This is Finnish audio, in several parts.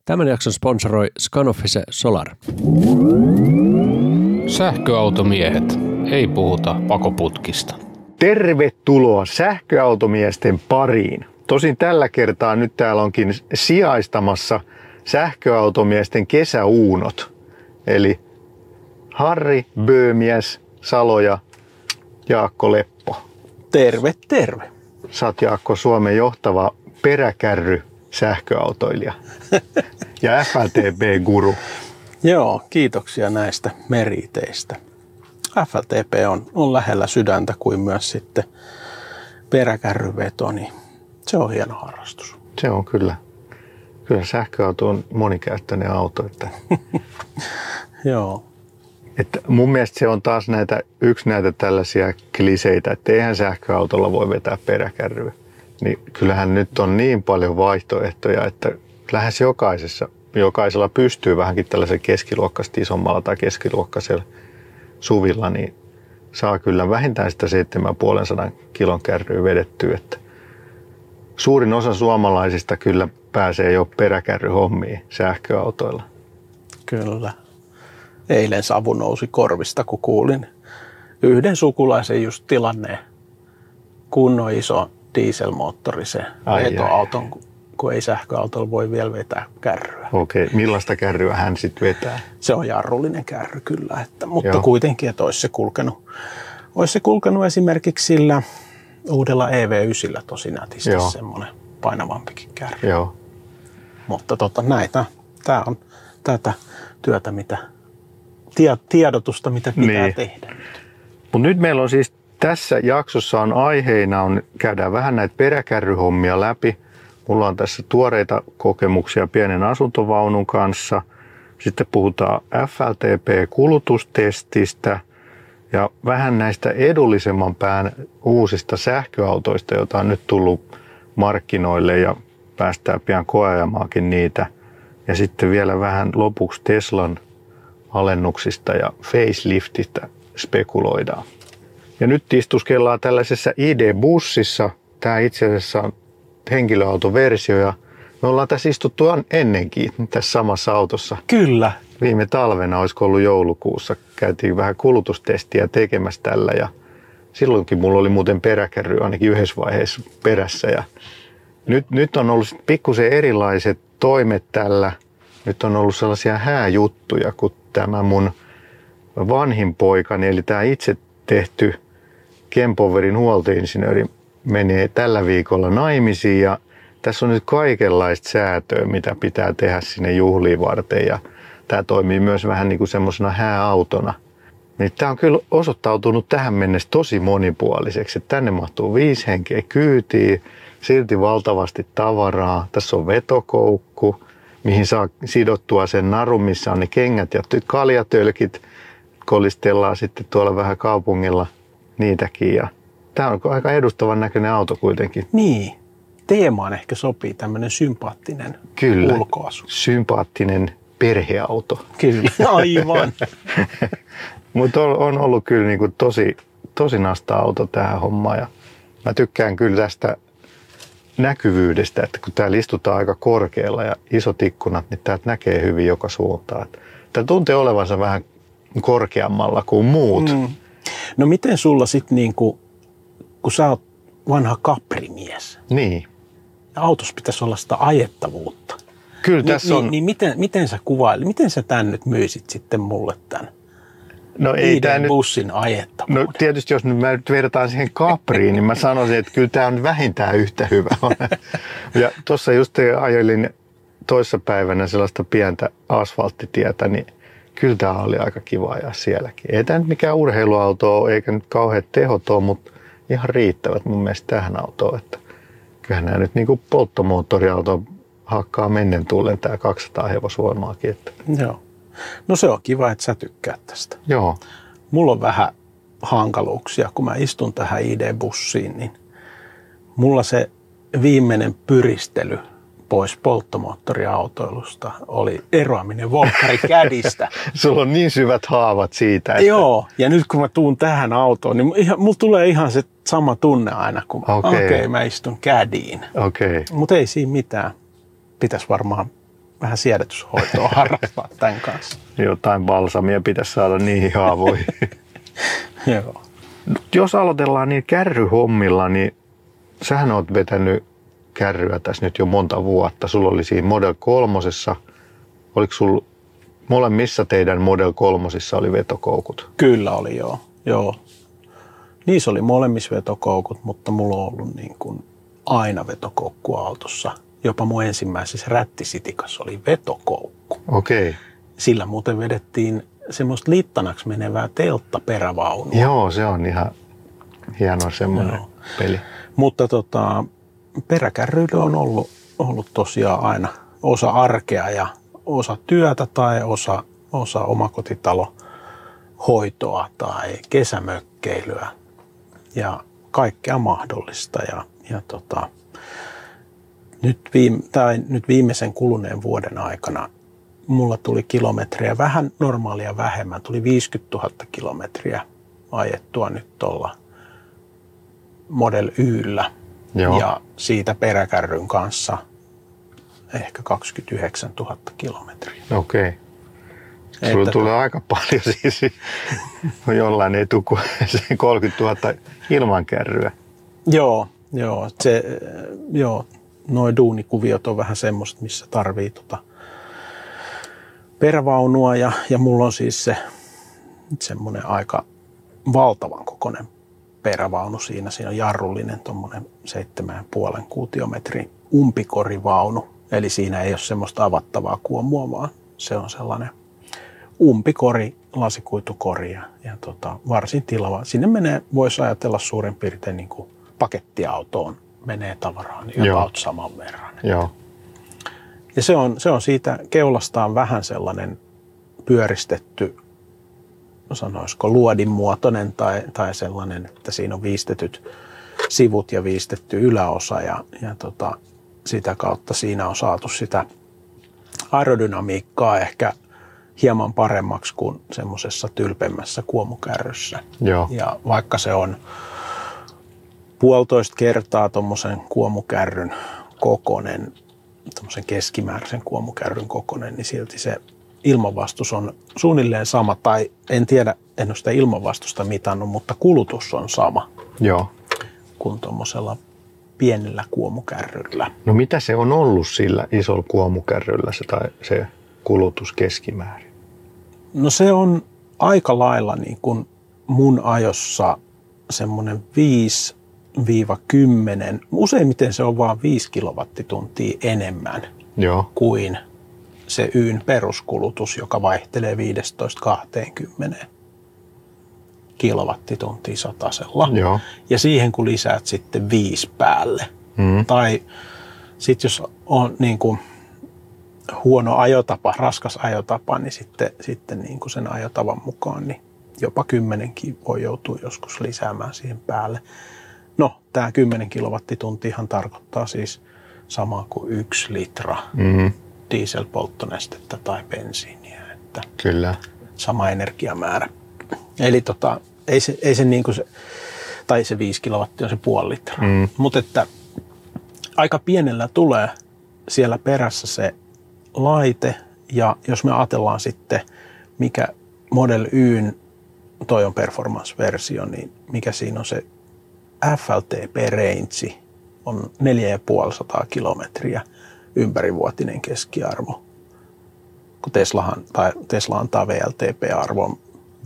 Tämän jakson sponsoroi Scanoffice Solar. Sähköautomiehet. Ei puhuta pakoputkista. Tervetuloa sähköautomiesten pariin. Tosin tällä kertaa nyt täällä onkin sijaistamassa sähköautomiesten kesäuunot. Eli Harri, Böömies, Salo ja Jaakko Leppo. Terve, terve. Sä oot, Jaakko, Suomen johtava peräkärry sähköautoilija ja FLTP-guru. Joo, kiitoksia näistä meriteistä. FLTP on lähellä sydäntä kuin myös sitten peräkärryveto, niin se on hieno harrastus. Se on kyllä. Kyllä sähköauto on monikäyttöinen auto. Että Joo. Että mun mielestä se on taas yksi näitä tällaisia kliseitä, että eihän sähköautolla voi vetää peräkärryä. Niin kyllähän nyt on niin paljon vaihtoehtoja, että lähes jokaisella pystyy vähänkin tällaisen keskiluokkaisesti isommalla tai keskiluokkaisella suvilla, niin saa kyllä vähintään sitä 750 kilon kärryä vedettyä. Että suurin osa suomalaisista kyllä pääsee jo peräkärryhommiin sähköautoilla. Kyllä. Eilen savu nousi korvista, kun kuulin yhden sukulaisen just tilanneen kunnon iso dieselmoottorisen vetoauton, kun ei sähköautolla voi vielä vetää kärryä. Okei, millaista kärryä hän sitten vetää? Se on jarrullinen kärry kyllä, mutta joo, kuitenkin, että olisi se kulkenut esimerkiksi sillä uudella EV9 tosi nätisti semmoinen painavampikin kärry. Joo. Mutta tämä on tätä työtä, tiedotusta, mitä pitää tehdä nyt. Mut nyt meillä on siis tässä jaksossa aiheina käydään vähän näitä peräkärryhommia läpi. Mulla on tässä tuoreita kokemuksia pienen asuntovaunun kanssa. Sitten puhutaan FLTP-kulutustestistä ja vähän näistä edullisemman pään uusista sähköautoista, joita on nyt tullut markkinoille ja päästään pian koeajamaakin niitä. Ja sitten vielä vähän lopuksi Teslan alennuksista ja faceliftistä spekuloidaan. Ja nyt istuskellaan tällaisessa ID-bussissa. Tämä itse asiassa on henkilöautoversio ja me ollaan tässä istuttu ennenkin tässä samassa autossa. Kyllä. Viime talvena, olisiko ollut joulukuussa, käytiin vähän kulutustestiä tekemässä tällä ja silloinkin mulla oli muuten peräkärry ainakin yhdessä vaiheessa perässä. Ja nyt on ollut pikkusen erilaiset toimet tällä. Nyt on ollut sellaisia hääjuttuja, kun tämä mun vanhin poikani, eli tämä itse tehty Kempoverin huoltoinsinööri menee tällä viikolla naimisiin ja tässä on nyt kaikenlaista säätöä, mitä pitää tehdä sinne juhliin varten ja tämä toimii myös vähän niin kuin semmoisena hääautona. Niin tämä on kyllä osoittautunut tähän mennessä tosi monipuoliseksi, että tänne mahtuu 5 henkeä kyytiin, silti valtavasti tavaraa. Tässä on vetokoukku, mihin saa sidottua sen narun, missä on ne kengät ja kaljatölkit. Kolistellaan sitten tuolla vähän kaupungilla niitäkin. Ja tämä on aika edustavan näköinen auto kuitenkin. Niin. Teemaan ehkä sopii tämmöinen sympaattinen ulkoasu. Sympaattinen perheauto. Kyllä, aivan. Mutta on ollut kyllä niinku tosi nasta auto tähän hommaan. Ja mä tykkään kyllä tästä näkyvyydestä, että kun täällä istutaan aika korkealla ja isot ikkunat, niin täältä näkee hyvin joka suuntaan. Tämä tuntee olevansa vähän korkeammalla kuin muut. No miten sulla sitten, kun sä oot vanha kaprimies, niin. Ja autossa pitäisi olla sitä ajettavuutta. Kyllä tässä on. Niin miten sä kuvailit, miten sä tän nyt myisit sitten mulle tän? No ei tämä nyt bussin ajettavuuden. No tietysti jos mä nyt vertaan siihen Capriin, niin mä sanoisin, että kyllä tämä on vähintään yhtä hyvä. Ja tuossa just ajelin toissapäivänä sellaista pientä asfalttitietä, niin kyllä tämä oli aika kiva ajaa sielläkin. Ei tämä nyt mikään urheiluauto ole, eikä nyt kauhean tehot ole, mutta ihan riittävät mun mielestä tähän autoon. Että kyllähän nämä nyt niin kuin polttomoottoriauto hakkaa mennen tullen tämä 200 hevosvoimaakin. Että. Joo. No se on kiva, että sä tykkäät tästä. Joo. Mulla on vähän hankaluuksia, kun mä istun tähän ID-bussiin, niin mulla se viimeinen pyristely pois polttomoottoriautoilusta oli eroaminen volkkarikädistä. Sulla on niin syvät haavat siitä. Että. Joo, ja nyt kun mä tuun tähän autoon, niin mulla tulee ihan se sama tunne aina, kun mä istun kädiin. Okay. Mutta ei siinä mitään. Pitäisi varmaan vähän siedätyshoitoa harrastaa tämän kanssa. Jotain balsamia pitäisi saada niihin haavoihin. Joo. Jos aloitellaan niin kärryhommilla, niin sähän oot vetänyt kärryä tässä nyt jo monta vuotta. Sulla oli siinä Model 3. Oliko sulla molemmissa teidän Model 3 oli vetokoukut? Kyllä oli, joo. Niissä oli molemmissa vetokoukut, mutta mulla on ollut niin kuin aina vetokoukku autossa. Jopa mun ensimmäisessä rättisitikas oli vetokoukku. Okei. Okay. Sillä muuten vedettiin semmoista littanaksi menevää telttaperävaunua. Joo, se on ihan hieno semmoinen peli. Mutta peräkärryillä on ollut tosiaan aina osa arkea ja osa työtä tai osa omakotitalohoitoa tai kesämökkeilyä ja kaikkea mahdollista. Nyt viimeisen kuluneen vuoden aikana mulla tuli kilometriä vähän normaalia vähemmän. Tuli 50 000 kilometriä ajettua nyt tuolla Model Y:llä. Joo. Ja siitä peräkärryn kanssa ehkä 29 000 kilometriä. Okei. Sulla tulee aika paljon siis. Jollain ei tule kuin 30 000 ilman kärryä. Joo. Noi duunikuviot on vähän semmoista, missä tarvii perävaunua ja mulla on siis se semmoinen aika valtavan kokoinen perävaunu siinä. Siinä on jarrullinen tuommoinen 7,5 kuutiometrin umpikorivaunu. Eli siinä ei ole semmoista avattavaa kuomua, vaan se on sellainen umpikori, lasikuitukori ja varsin tilava. Sinne voisi ajatella suurin piirtein niin kuin pakettiautoon menee tavaraa niin about saman verran. Joo. Ja se on siitä keulastaan vähän sellainen pyöristetty, sanoisiko luodinmuotoinen tai sellainen, että siinä on viistetyt sivut ja viistetty yläosa ja sitä kautta siinä on saatu sitä aerodynamiikkaa ehkä hieman paremmaksi kuin semmoisessa tylpemmässä kuomukärryssä. Joo. Ja vaikka se on 1,5 kertaa tuommoisen kuomukärryn kokoinen, tuommoisen keskimääräisen kuomukärryn kokoinen, niin silti se ilmanvastus on suunnilleen sama, tai en tiedä, en ole sitä ilmanvastusta mitannut, mutta kulutus on sama. Joo. Kuin tuommoisella pienellä kuomukärryllä. No mitä se on ollut sillä isolla kuomukärryllä se kulutus keskimäärin? No se on aika lailla niin kuin mun ajossa semmoinen 5-10, useimmiten se on vaan 5 kilowattituntia enemmän kuin se Yn peruskulutus, joka vaihtelee 15-20 kilowattituntia satasella. Joo. Ja siihen kun lisäät sitten 5 päälle. Tai sitten jos on niin kuin huono ajotapa, raskas ajotapa, niin sitten niin kuin sen ajotavan mukaan niin jopa 10 voi joutua joskus lisäämään siihen päälle. No, tämä 10 kilowattituntihan tarkoittaa siis samaa kuin 1 litra dieselpolttonestettä tai bensiiniä. Että kyllä. Sama energiamäärä. Eli ei se niin kuin se, tai se 5 kilowattia on se 0,5 litraa. Mutta että aika pienellä tulee siellä perässä se laite, ja jos me ajatellaan sitten, mikä Model Yn, toi on performance-versio, niin mikä siinä on se FLTP-range, on 4,5 kilometriä ympärivuotinen keskiarvo. Kun Tesla antaa VLTP-arvon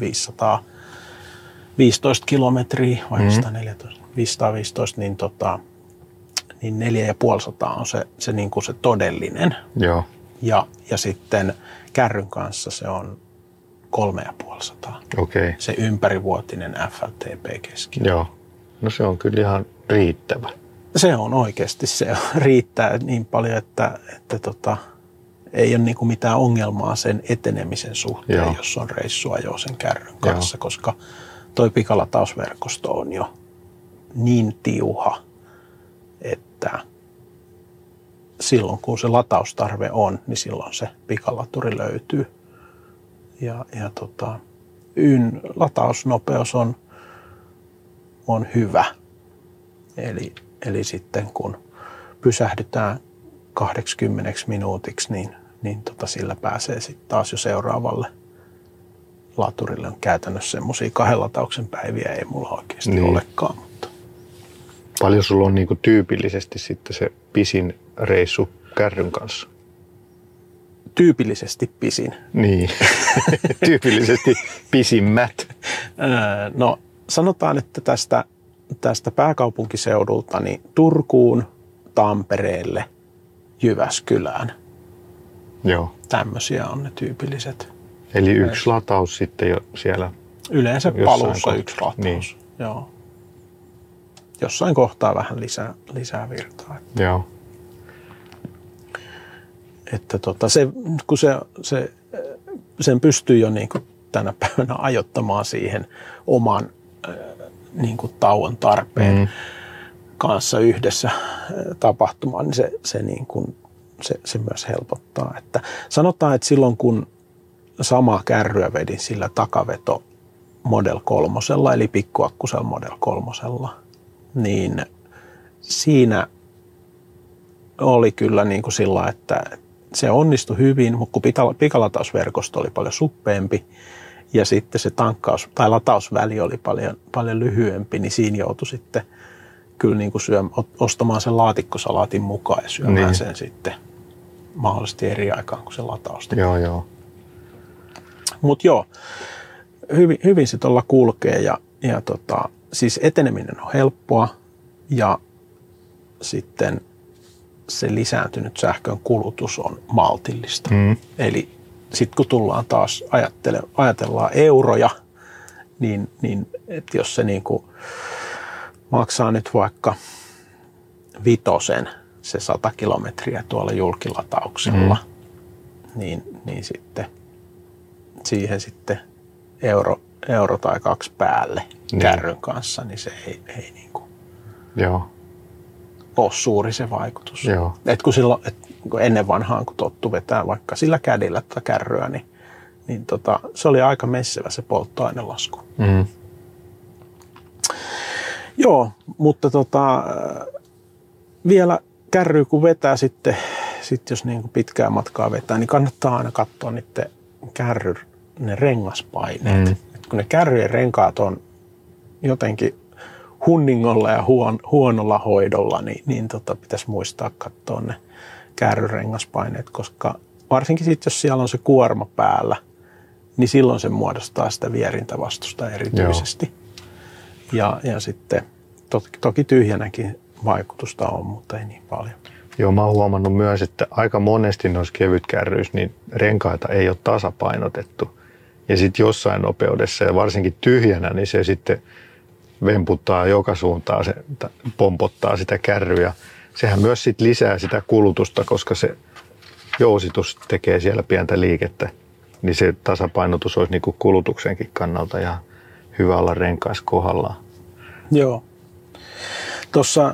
515 kilometriä, vai 515, niin 4,5 on se, niin kuin se todellinen. Joo. Ja sitten kärryn kanssa se on 3,5. Okei. Se ympärivuotinen FLTP-keski. Joo. No se on kyllä ihan riittävä. Se on oikeasti, se riittää niin paljon, että ei ole niinku mitään ongelmaa sen etenemisen suhteen, Joo. jos on reissua jo sen kärryn kanssa, koska toi pikalatausverkosto on jo niin tiuha, että silloin kun se lataustarve on, niin silloin se pikalaturi löytyy. Ja Yn latausnopeus on hyvä. Eli sitten kun pysähdytään 80 minuutiksi, niin niin sillä pääsee sitten taas jo seuraavalle laturille. On käytännössä semmoisia 2 latauksen päiviä ei mulla oikeasti olekaan. Mutta. Paljon sulla on niinku tyypillisesti sitten se pisin reissu kärryn kanssa? Tyypillisesti pisin. Niin, tyypillisesti pisimmät. No sanotaan, että tästä pääkaupunkiseudulta niin Turkuun, Tampereelle, Jyväskylään. Joo. Tämmöisiä on ne tyypilliset. Eli yksi lataus sitten jo siellä. Yleensä paluussa yksi lataus. Niin. Joo. Jossain kohtaa vähän lisää virtaa. Joo. Että kun sen pystyy jo niin kuin tänä päivänä ajoittamaan siihen oman niin kuin tauon tarpeen kanssa yhdessä tapahtumaan, niin se myös helpottaa. Että sanotaan, että silloin kun samaa kärryä vedin sillä takaveto Model 3, eli pikkuakkusella Model 3, niin siinä oli kyllä niin kuin sillä, että se onnistui hyvin, mutta kun pikalatausverkosto oli paljon suppeempi ja sitten se tankkaus tai latausväli oli paljon lyhyempi, niin siinä joutui sitten kyllä niin kuin ostamaan sen laatikkosalaatin mukaan ja syömään sen sitten mahdollisesti eri aikaan kuin se lataus. Joo. Mutta hyvin se tuolla kulkee ja siis eteneminen on helppoa ja sitten se lisääntynyt sähkön kulutus on maltillista. Eli sitten kun tullaan taas ajatellaan euroja, niin että jos se niinku maksaa nyt vaikka 5 se 100 kilometriä tuolla julkilatauksella, niin sitten siihen sitten euro tai 2 päälle kärryn kanssa, niin se ei niinku ole suuri se vaikutus. Et kun ennen vanhaan, kun tottu vetää vaikka sillä kädillä tätä kärryä, niin se oli aika messevä se polttoainelasku. Joo, mutta vielä kärryä kun vetää sitten jos niin kuin pitkää matkaa vetää, niin kannattaa aina katsoa niiden ne rengaspaineet. Et kun ne kärryjen renkaat on jotenkin hunningolla ja huonolla hoidolla, niin pitäisi muistaa katsoa ne kärryrengaspaineet, koska varsinkin sitten, jos siellä on se kuorma päällä, niin silloin se muodostaa sitä vierintävastusta erityisesti. Ja sitten toki tyhjänäkin vaikutusta on, mutta ei niin paljon. Joo, mä oon huomannut myös, että aika monesti noissa kevytkärryissä niin renkaita ei ole tasapainotettu. Ja sitten jossain nopeudessa ja varsinkin tyhjänä, niin se sitten vemputtaa joka suuntaan, se pompottaa sitä kärryä. Sehän myös sit lisää sitä kulutusta, koska se jousitus tekee siellä pientä liikettä. Niin se tasapainotus olisi niin kuin kulutuksenkin kannalta ja hyvä olla renkaissa kohdallaan. Joo. Tuosta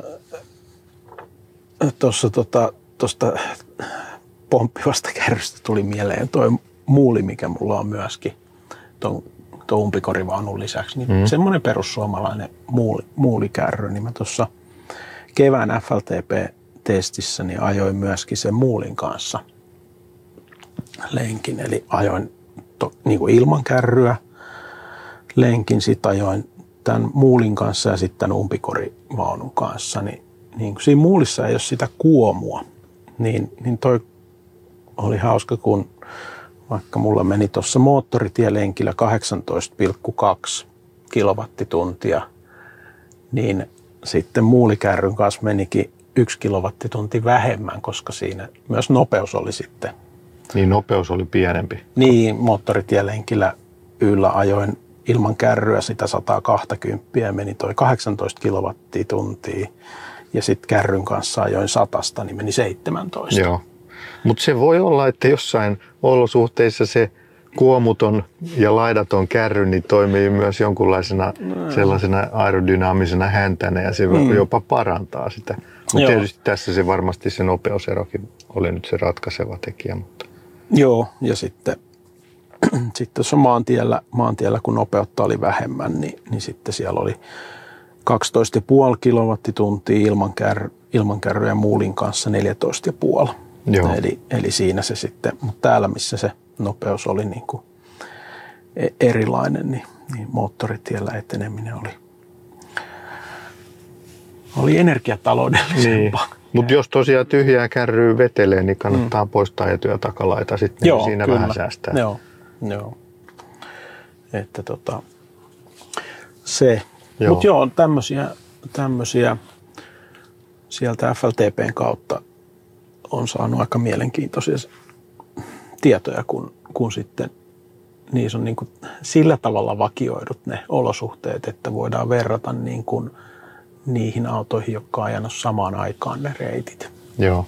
pomppivasta kärrystä tuli mieleen tuo muuli, mikä mulla on myöskin tuon umpikorivaunun lisäksi. Niin semmoinen perussuomalainen muulikärry, niin mä tuossa kevään FLTP-testissä niin ajoin myöskin sen muulin kanssa lenkin. Eli ajoin niin kuin ilman kärryä lenkin, sitten ajoin tämän muulin kanssa ja sitten tämän umpikorivaunun kanssa. Niin kun siinä muulissa ei ole sitä kuomua, niin toi oli hauska, kun vaikka mulla meni tuossa moottoritielenkillä 18,2 kilowattituntia, niin sitten muulikärryn kanssa menikin 1 kilowattitunti vähemmän, koska siinä myös nopeus oli sitten. Niin nopeus oli pienempi. Niin, moottoritielenkillä yllä ajoin ilman kärryä sitä 120 ja meni toi 18 kilowattituntia. Ja sitten kärryn kanssa ajoin 100, niin meni 17. Joo, mutta se voi olla, että jossain olosuhteissa se kuomuton ja laidaton kärry niin toimii myös jonkunlaisena sellaisena aerodynaamisena häntänä ja se jopa parantaa sitä. Mutta tietysti tässä se varmasti se nopeuserokin oli nyt se ratkaiseva tekijä. Mutta. Joo, ja sitten tuossa maantiellä kun nopeutta oli vähemmän, niin sitten siellä oli 12,5 kilowattituntia ilman kärryä ja muulin kanssa 14,5. Joo. Eli siinä se sitten, mutta täällä missä se nopeus oli niin kuin erilainen, niin moottoritiellä eteneminen oli energiataloudellisempaa. Niin. Mutta jos tosiaan tyhjää kärryä vetelee, niin kannattaa poistaa etuja takalaita sitten, niin siinä kyllä vähän säästää. Joo. Että se. Mutta tämmöisiä sieltä FLTPn kautta on saanut aika mielenkiintoisia tietoja, kun sitten niissä on niin kuin sillä tavalla vakioidut ne olosuhteet, että voidaan verrata niin kuin niihin autoihin, jotka on ajanut samaan aikaan ne reitit. Joo.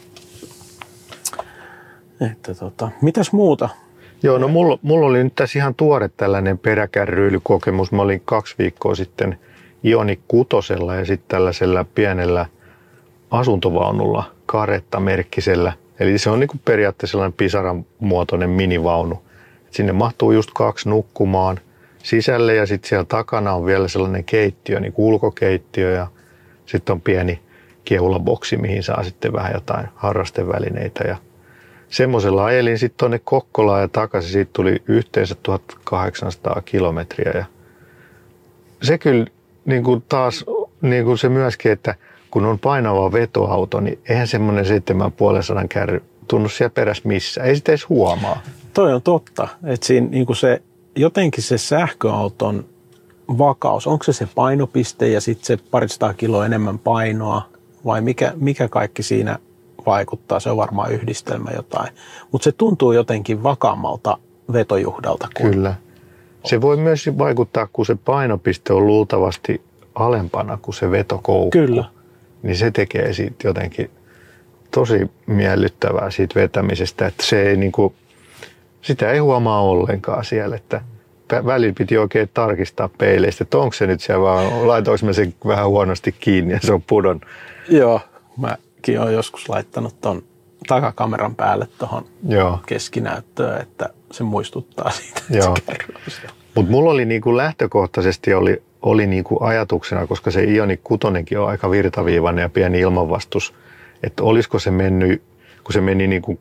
Että mitäs muuta? Joo, no mulla oli nyt tässä ihan tuore tällainen peräkärryilykokemus. Mä olin 2 viikkoa sitten Ioniq 6 ja sitten tällaisella pienellä asuntovaunulla, Caretta-merkkisellä. Eli se on niin kuin periaatteessa sellainen pisaran muotoinen minivaunu. Sinne mahtuu just 2 nukkumaan sisälle ja sitten siellä takana on vielä sellainen keittiö, niin kuin ulkokeittiö ja sitten on pieni kiehulaboksi, mihin saa sitten vähän jotain harrastevälineitä. Ja semmoisella ajelin sitten tuonne Kokkolaan ja takaisin. Siitä tuli yhteensä 1800 kilometriä. Ja se kyllä niin kuin taas niin kuin se myöskin, että kun on painava vetoauto, niin eihän semmoinen 7,5 kärry tunnu siellä perässä missään. Ei sitä edes huomaa. Toi on totta, että siinä niin kuin se, jotenkin se sähköauton vakaus, onko se painopiste ja sitten se 200 kiloa enemmän painoa vai mikä kaikki siinä vaikuttaa, se on varmaan yhdistelmä jotain. Mutta se tuntuu jotenkin vakaammalta vetojuhdalta. Kyllä. Se voi myös vaikuttaa, kun se painopiste on luultavasti alempana kuin se vetokoukku. Kyllä. Niin se tekee siitä jotenkin tosi miellyttävää siitä vetämisestä, että se ei niinku, sitä ei huomaa ollenkaan siellä, että välillä piti oikein tarkistaa peileistä, että onko se nyt siellä vaan, laitoinko mä sen vähän huonosti kiinni ja se on pudon. Joo, mäkin olen joskus laittanut ton takakameran päälle tuohon keskinäyttöön, että se muistuttaa siitä, että se kerroo. Mutta mulla oli niinku lähtökohtaisesti oli niinku ajatuksena, koska se Ioniq 6 on aika virtaviivainen ja pieni ilmanvastus, että olisiko se mennyt, kun se meni niinku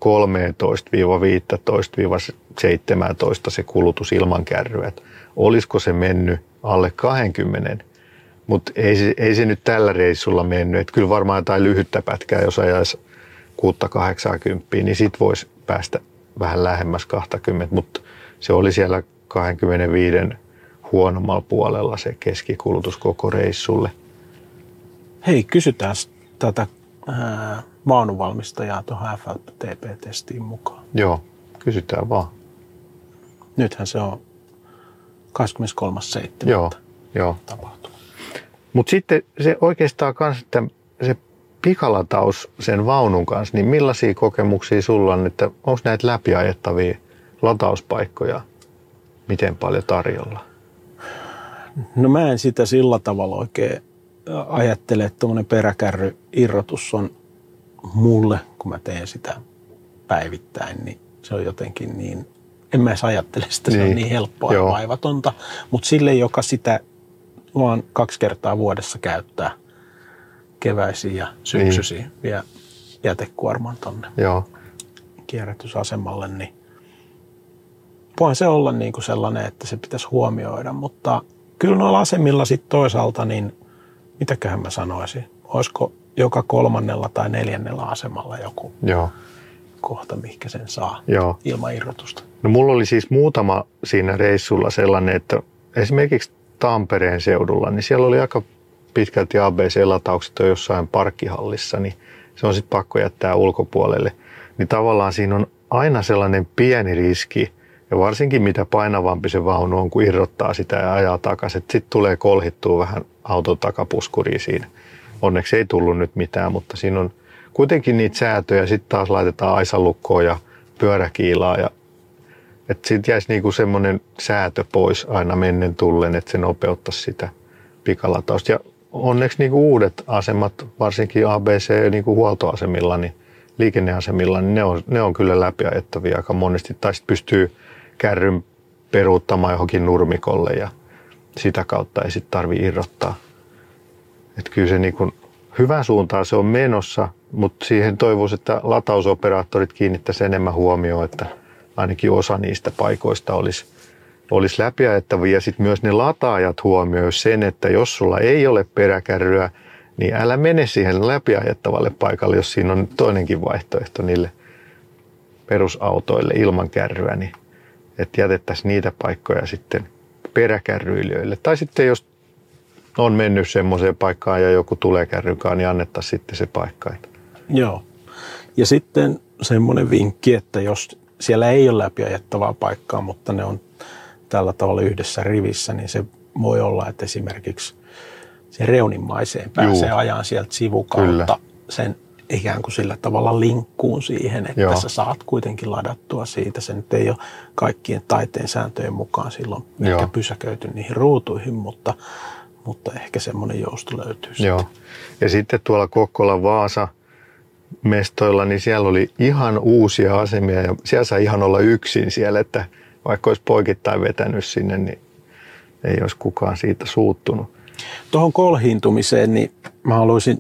13-15-17 se kulutus ilman kärryä, että olisiko se mennyt alle 20, mutta ei se nyt tällä reissulla mennyt, että kyllä varmaan jotain lyhyttä pätkää, jos ajaisi 6-80, niin sit voisi päästä vähän lähemmäs 20, mutta se oli siellä 25 huonommalla puolella se keskikulutus koko reissulle. Hei, kysytään tätä vaununvalmistajaa tuohon FLTP-testiin mukaan. Joo, kysytään vaan. Nythän se on 23.7. Joo. tapahtuma. Mutta sitten se oikeastaan kanssa, että se pikalataus sen vaunun kanssa, niin millaisia kokemuksia sulla on, että onko näitä läpiajettavia latauspaikkoja miten paljon tarjolla? No mä en sitä sillä tavalla oikein ajattele, että tuommoinen peräkärryirrotus on mulle, kun mä teen sitä päivittäin, niin se on jotenkin niin, en mä edes ajattele sitä, se on niin helppoa ja vaivatonta, mutta sille, joka sitä vaan 2 kertaa vuodessa käyttää keväisiin ja syksyisiin, vie jätekuorman tonne kierrätysasemalle, niin voihan se olla niin kuin sellainen, että se pitäisi huomioida, mutta kyllä noilla asemilla sitten toisaalta, niin mitäköhän mä sanoisin, olisiko joka 3. tai 4. asemalla joku kohta, mihinkä sen saa ilman irrotusta. No mulla oli siis muutama siinä reissulla sellainen, että esimerkiksi Tampereen seudulla, niin siellä oli aika pitkälti ABC-lataukset on jossain parkkihallissa, niin se on sitten pakko jättää ulkopuolelle. Niin tavallaan siinä on aina sellainen pieni riski, ja varsinkin mitä painavampi se vaunu on, kun irrottaa sitä ja ajaa takaisin, että sitten tulee kolhittua vähän auton takapuskuriin siinä. Onneksi ei tullut nyt mitään, mutta siinä on kuitenkin niitä säätöjä. Sitten taas laitetaan aisalukkoa ja pyöräkiilaa. Ja, että siitä jäisi niinku semmoinen säätö pois aina mennen tullen, että se nopeuttaisi sitä pikalatausta. Ja onneksi niinku uudet asemat, varsinkin ABC niinku huoltoasemilla, niin liikenneasemilla, niin ne on kyllä läpiajettavia aika monesti. Tai sitten pystyy kärryn peruuttamaan johonkin nurmikolle ja sitä kautta ei sitten tarvitse irrottaa. Että kyllä se niinku hyvän suuntaan se on menossa, mutta siihen toivoisin, että latausoperaattorit kiinnittäisivät enemmän huomioon, että ainakin osa niistä paikoista olisi läpiajettavia. Ja sitten myös ne lataajat huomioivat sen, että jos sulla ei ole peräkärryä, niin älä mene siihen läpiajettavalle paikalle, jos siinä on toinenkin vaihtoehto niille perusautoille ilman kärryä, niin että jätettäisiin niitä paikkoja sitten peräkärryilijöille. Tai sitten jos on mennyt semmoiseen paikkaan ja joku tulee kärrykaan, niin annettaisiin sitten se paikka. Joo. Ja sitten semmoinen vinkki, että jos siellä ei ole läpiajettavaa paikkaa, mutta ne on tällä tavalla yhdessä rivissä, niin se voi olla, että esimerkiksi se reunimmaiseen pääsee ajan sieltä sivukautta Kyllä. sen ikään kuin sillä tavalla linkkuun siihen, että sä saat kuitenkin ladattua siitä. Se nyt ei ole kaikkien taiteen sääntöjen mukaan silloin ehkä pysäköity niihin ruutuihin, mutta ehkä semmoinen jousto löytyy Joo. Sitten. Ja sitten tuolla Kokkolan Vaasa mestoilla, niin siellä oli ihan uusia asemia ja siellä sai ihan olla yksin siellä, että vaikka olisi poikittain vetänyt sinne, niin ei olisi kukaan siitä suuttunut. Tuohon kolhiintumiseen, niin mä haluaisin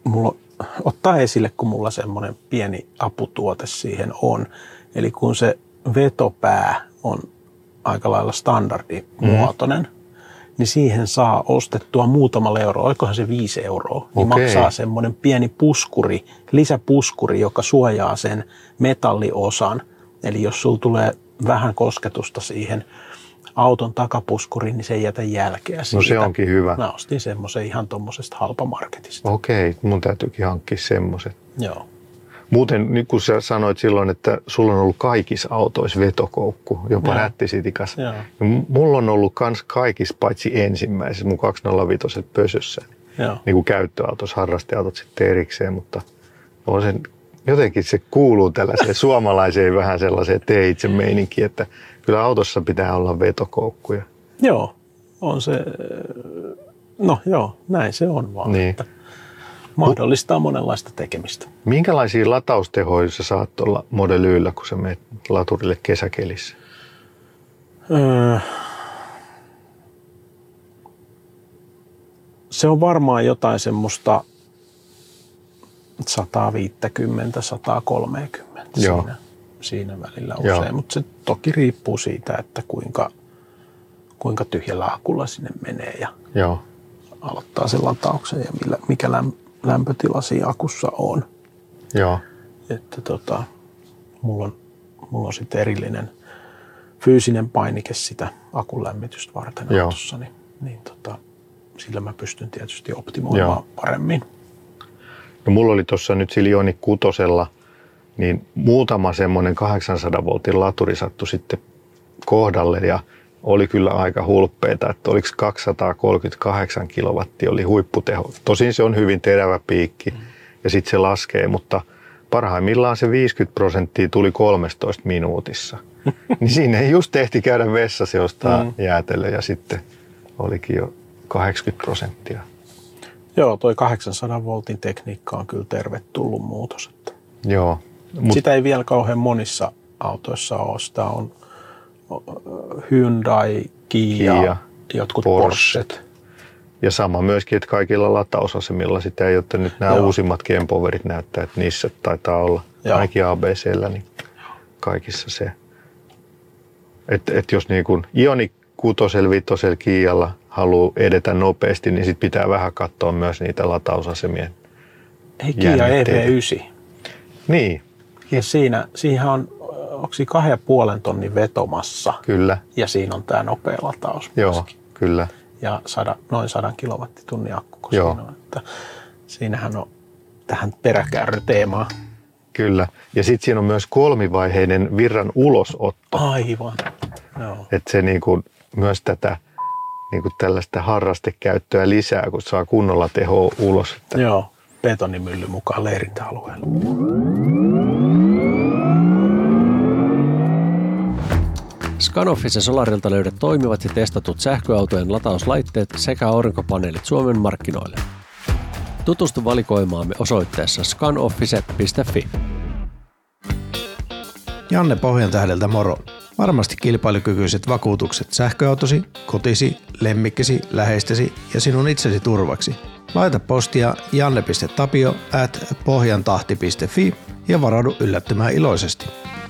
ottaa esille, kun mulla semmoinen pieni aputuote siihen on. Eli kun se vetopää on aika lailla standardimuotoinen, niin siihen saa ostettua muutamalla euroa, oikohan se 5 euroa, niin maksaa semmoinen pieni puskuri, lisäpuskuri, joka suojaa sen metalliosan. Eli jos sulla tulee vähän kosketusta siihen auton takapuskuriin, niin se ei jätä jälkeä siitä. No se onkin hyvä. Mä ostin semmoisen ihan tuommoisesta halpamarketista. Okei, mun täytyykin hankkia semmoiset. Joo. Muuten, niin kuin sä sanoit silloin, että sulla on ollut kaikissa autoissa vetokoukku, jopa rättisitikas. Mulla on ollut kans kaikissa paitsi ensimmäisessä, mun 205 pösössä. Niin kuin käyttöautossa, harrasteautot sitten erikseen, mutta on sen, jotenkin se kuuluu tällaiseen suomalaiseen vähän sellaiseen tee-itse meininkiin, että kyllä autossa pitää olla vetokoukkuja. Joo, on se, no joo, näin se on vaan. Niin. Että mahdollistaa monenlaista tekemistä. Minkälaisia lataustehoja sä saat olla Model Y:llä, kun sä menet laturille kesäkelissä? Se on varmaan jotain semmoista 150-130 siinä välillä usein, mutta se toki riippuu siitä, että kuinka tyhjällä akulla sinne menee ja aloittaa sen latauksen ja mikä lämpötila siinä akussa on. Joo. Että mulla on sitten erillinen fyysinen painike sitä akun lämmitystä varten autossa, niin sillä mä pystyn tietysti optimoimaan paremmin. No mulla oli tuossa nyt sillä Ioniq 6:lla niin muutama semmoinen 800 voltin laturi sattui sitten kohdalle ja oli kyllä aika hulppeita, että oliko 238 kilowattia oli huipputeho. Tosin se on hyvin terävä piikki ja sitten se laskee, mutta parhaimmillaan se 50% tuli 13 minuutissa. Niin siinä ei just tehti käydä vessassa jostain jäätelö ja sitten olikin jo 80%. Joo, toi 800 voltin tekniikka on kyllä tervetullut muutos. Että Joo. Sitä ei vielä kauhean monissa autoissa ole. Sitä on Hyundai, Kia, jotkut Porschet. Ja sama myöskin, että kaikilla latausasemilla sitä ei ole, että nyt nämä uusimmat Empowerit näyttää, että niissä taitaa olla ainakin ABC:llä, niin kaikissa se. Että jos niin kuin Ioniq 6:lla, 5:llä, Kialla haluaa edetä nopeasti, niin sit pitää vähän katsoa myös niitä latausasemien Kia EV9. Niin. Ja siihen on, onko 2,5 tonnin vetomassa? Kyllä. Ja siinä on tämä nopea lataus. Joo, kyllä. Ja noin 100 kilowattitunnin akku, kun siinä on. Että siinähän on tähän peräkärryteemaan. Kyllä. Ja sitten siinä on myös kolmivaiheinen virran ulosotto. Aivan. Joo. Että se niinku, myös tätä niinku tällaista harrastekäyttöä lisää, kun saa kunnolla tehoa ulos. Että Joo, betonimylly mukaan leirintäalueella. Scanoffis ja Solarilta löydät toimivat ja testatut sähköautojen latauslaitteet sekä aurinkopaneelit Suomen markkinoille. Tutustu valikoimaamme osoitteessa scanoffice.fi. Janne Pohjantähdeltä moro. Varmasti kilpailukykyiset vakuutukset sähköautosi, kotisi, lemmikkisi, läheistesi ja sinun itsesi turvaksi. Laita postia janne.tapio@pohjantahti.fi ja varaudu yllättymään iloisesti.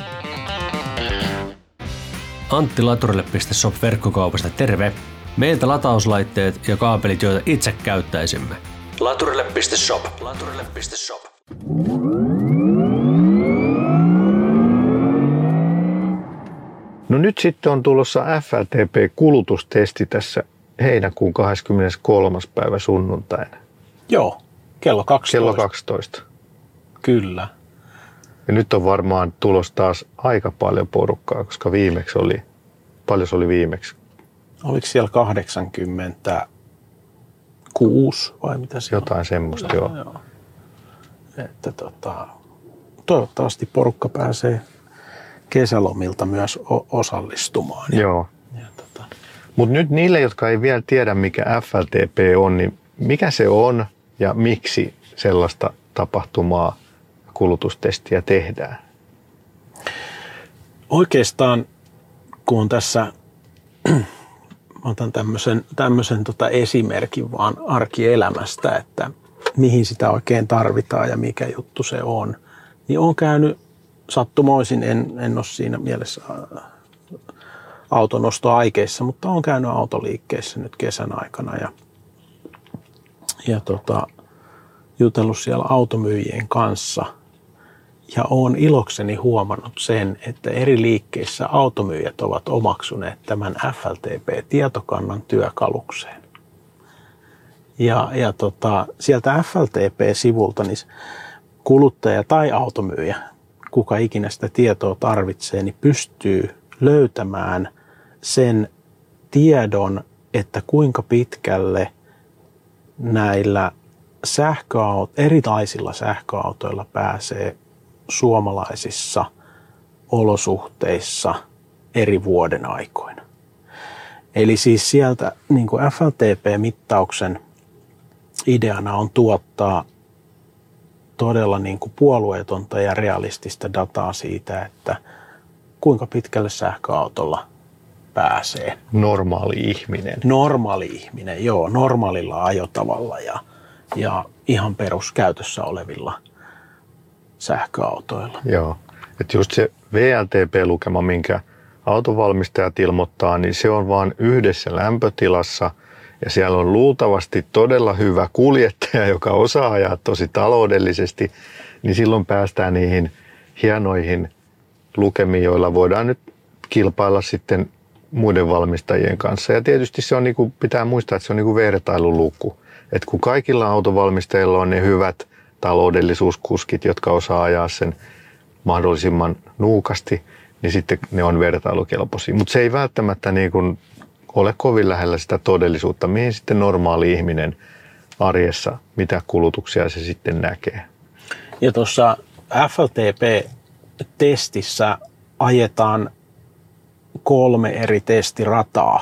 Antti Laturille.shop verkkokaupasta terve! Meiltä latauslaitteet ja kaapelit, joita itse käyttäisimme. Laturille.shop. Laturille.shop. No nyt sitten on tulossa FLTP-kulutustesti tässä heinäkuun 23. päivä sunnuntaina. Joo, kello 12. Kello 12. Kyllä. Ja nyt on varmaan tulos taas aika paljon porukkaa, koska viimeksi oli, paljon se oli viimeksi? Oliko siellä 86 vai mitä se jotain on? Semmoista, joo. Että toivottavasti porukka pääsee kesälomilta myös osallistumaan. Joo. Mutta nyt niille, jotka ei vielä tiedä, mikä FLTP on, niin mikä se on ja miksi sellaista tapahtumaa, kulutustestiä tehdään? Oikeastaan, kun on tässä, otan tämmöisen esimerkin vaan arkielämästä, että mihin sitä oikein tarvitaan ja mikä juttu se on, niin olen käynyt sattumoisin, en ole siinä mielessä autonostoaikeissa, mutta olen käynyt autoliikkeessä nyt kesän aikana ja jutellut siellä automyyjien kanssa. Ja olen ilokseni huomannut sen, että eri liikkeissä automyyjät ovat omaksuneet tämän FLTP-tietokannan työkalukseen. Ja sieltä FLTP-sivulta niin kuluttaja tai automyyjä, kuka ikinä sitä tietoa tarvitsee, niin pystyy löytämään sen tiedon, että kuinka pitkälle näillä erilaisilla sähköautoilla pääsee suomalaisissa olosuhteissa eri vuoden aikoina. Eli siis sieltä niin kuin FLTP-mittauksen ideana on tuottaa todella niin kuin puolueetonta ja realistista dataa siitä, että kuinka pitkälle sähköautolla pääsee. Normaali ihminen. Normaali ihminen, joo, normaalilla ajotavalla ja ihan peruskäytössä olevilla sähköautoilla. Joo, että just se VLTP-lukema, minkä autovalmistajat ilmoittaa, niin se on vain yhdessä lämpötilassa ja siellä on luultavasti todella hyvä kuljettaja, joka osaa ajaa tosi taloudellisesti, niin silloin päästään niihin hienoihin lukemiin, joilla voidaan nyt kilpailla sitten muiden valmistajien kanssa. Ja tietysti se on pitää muistaa, että se on vertailuluku. Että kun kaikilla autovalmistajilla on ne hyvät taloudellisuuskuskit, jotka osaa ajaa sen mahdollisimman nuukasti, niin sitten ne on vertailukelpoisia. Mutta se ei välttämättä ole kovin lähellä sitä todellisuutta, mihin sitten normaali ihminen arjessa, mitä kulutuksia se sitten näkee. Ja tuossa FLTP-testissä ajetaan 3 eri testirataa.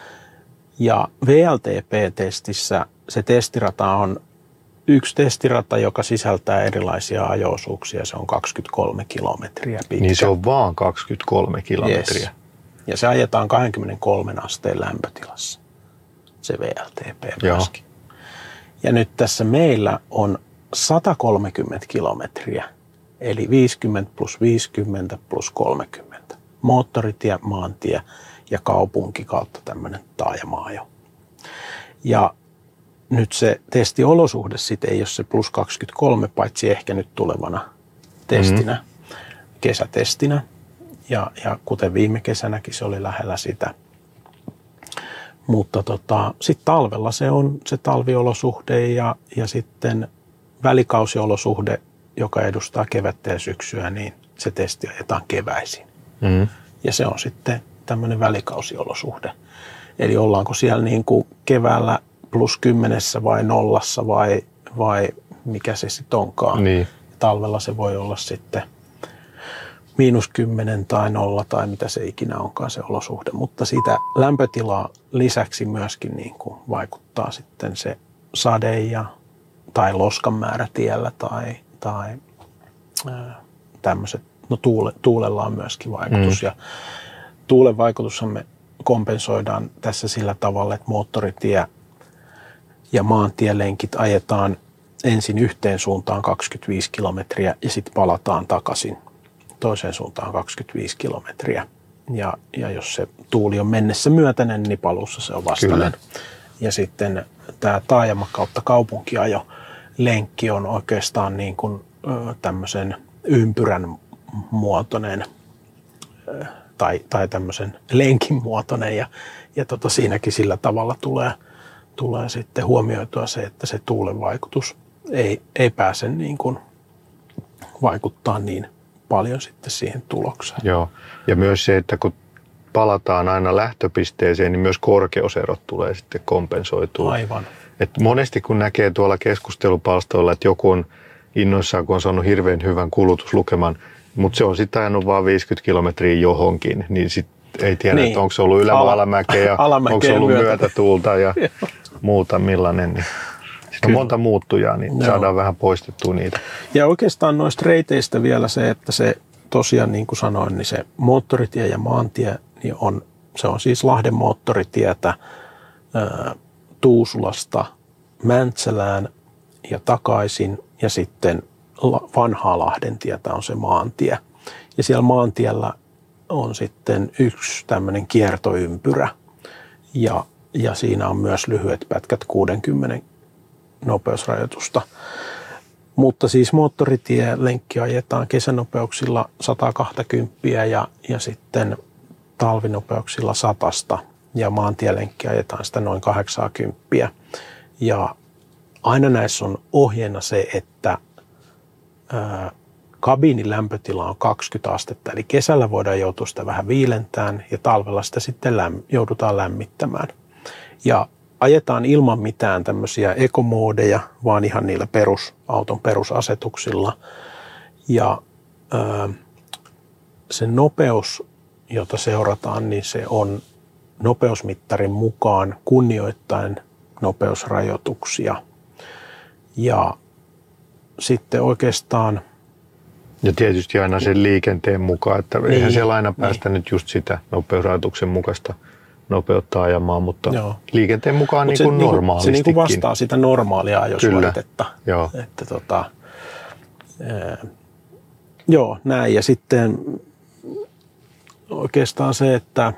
Ja VLTP-testissä se testirata on yksi testirata, joka sisältää erilaisia ajo-osuuksia. Se on 23 kilometriä pitkä. Niin se on vaan 23 kilometriä. Yes. Ja se ajetaan 23 asteen lämpötilassa, se VLTP myöskin. Ja nyt tässä meillä on 130 kilometriä, eli 50 plus 50 plus 30. Moottoritie, maantie ja kaupunki kautta tämmöinen taajama-ajo. Ja nyt se testiolosuhde sitten ei ole se plus 23, paitsi ehkä nyt tulevana testinä, kesätestinä. Ja kuten viime kesänäkin se oli lähellä sitä. Mutta sitten talvella se on se talviolosuhde ja sitten välikausiolosuhde, joka edustaa kevättä ja syksyä, niin se testi ajetaan keväisin. Ja se on sitten tämmöinen välikausiolosuhde. Eli ollaanko siellä niin kuin keväällä plus 10 vai 0 vai mikä se sitten onkaan. Niin. Talvella se voi olla sitten -10 tai 0 tai mitä se ikinä onkaan se olosuhde. Mutta siitä lämpötilaa lisäksi myöskin niin kuin vaikuttaa sitten se sade tai loskan määrä tiellä tai tämmöiset. No tuulella on myöskin vaikutus ja tuulen vaikutushan me kompensoidaan tässä sillä tavalla, että moottoritie ja maantielenkit ajetaan ensin yhteen suuntaan 25 kilometriä ja sitten palataan takaisin toiseen suuntaan 25 kilometriä. Ja jos se tuuli on mennessä myötäinen, niin paluussa se on vastainen. Kyllä. Ja sitten tämä taajama kautta kaupunkiajo lenkki on oikeastaan niin kuin tämmöisen ympyrän muotoinen tai tämmöisen lenkin muotoinen ja siinäkin sillä tavalla tulee sitten huomioitua se, että se tuulen vaikutus ei pääse niin kuin vaikuttaa niin paljon sitten siihen tulokseen. Joo, ja myös se, että kun palataan aina lähtöpisteeseen, niin myös korkeuserot tulee sitten kompensoitua. Aivan. Et monesti kun näkee tuolla keskustelupalstoilla, että joku on innoissaan, kun on saanut hirveän hyvän kulutuslukeman, mutta se on sitten ajanut vaan 50 kilometriä johonkin, niin sitten ei tiedä, niin. Että onko se ollut ylä- vai alamäkeä ja onko se ollut myötätuulta ja muuta millainen. Niin. Sitten on monta muuttujaa, niin saadaan vähän poistettua niitä. Ja oikeastaan noista reiteistä vielä se, että se tosiaan niin kuin sanoin, niin se moottoritie ja maantie, niin se on siis Lahden moottoritietä Tuusulasta Mäntsälään ja takaisin ja sitten vanhaa Lahden tietä on se maantie. Ja siellä maantiellä on sitten yksi tämmöinen kiertoympyrä ja siinä on myös lyhyet pätkät 60 nopeusrajoitusta. Mutta siis moottoritielenkkejä ajetaan kesänopeuksilla 120 ja sitten talvinopeuksilla 100 ja maantielenkkiä ajetaan sitä noin 80. Ja aina näissä on ohjeena se, että kabiinin lämpötila on 20 astetta, eli kesällä voidaan joutua sitä vähän viilentään ja talvella sitä sitten joudutaan lämmittämään. Ja ajetaan ilman mitään tämmöisiä ekomoodeja, vaan ihan niillä auton perusasetuksilla. Ja se nopeus, jota seurataan, niin se on nopeusmittarin mukaan kunnioittaen nopeusrajoituksia. Ja sitten oikeastaan... Ja tietysti aina sen liikenteen mukaan, että eihän siellä aina päästä nyt just sitä nopeusrajoituksen mukaista nopeutta ajamaan, mutta liikenteen mukaan niin kuin normaalistikin. Se niin kuin vastaa sitä normaalia ajosuoritetta. Joo. Että näin. Ja sitten oikeastaan se, että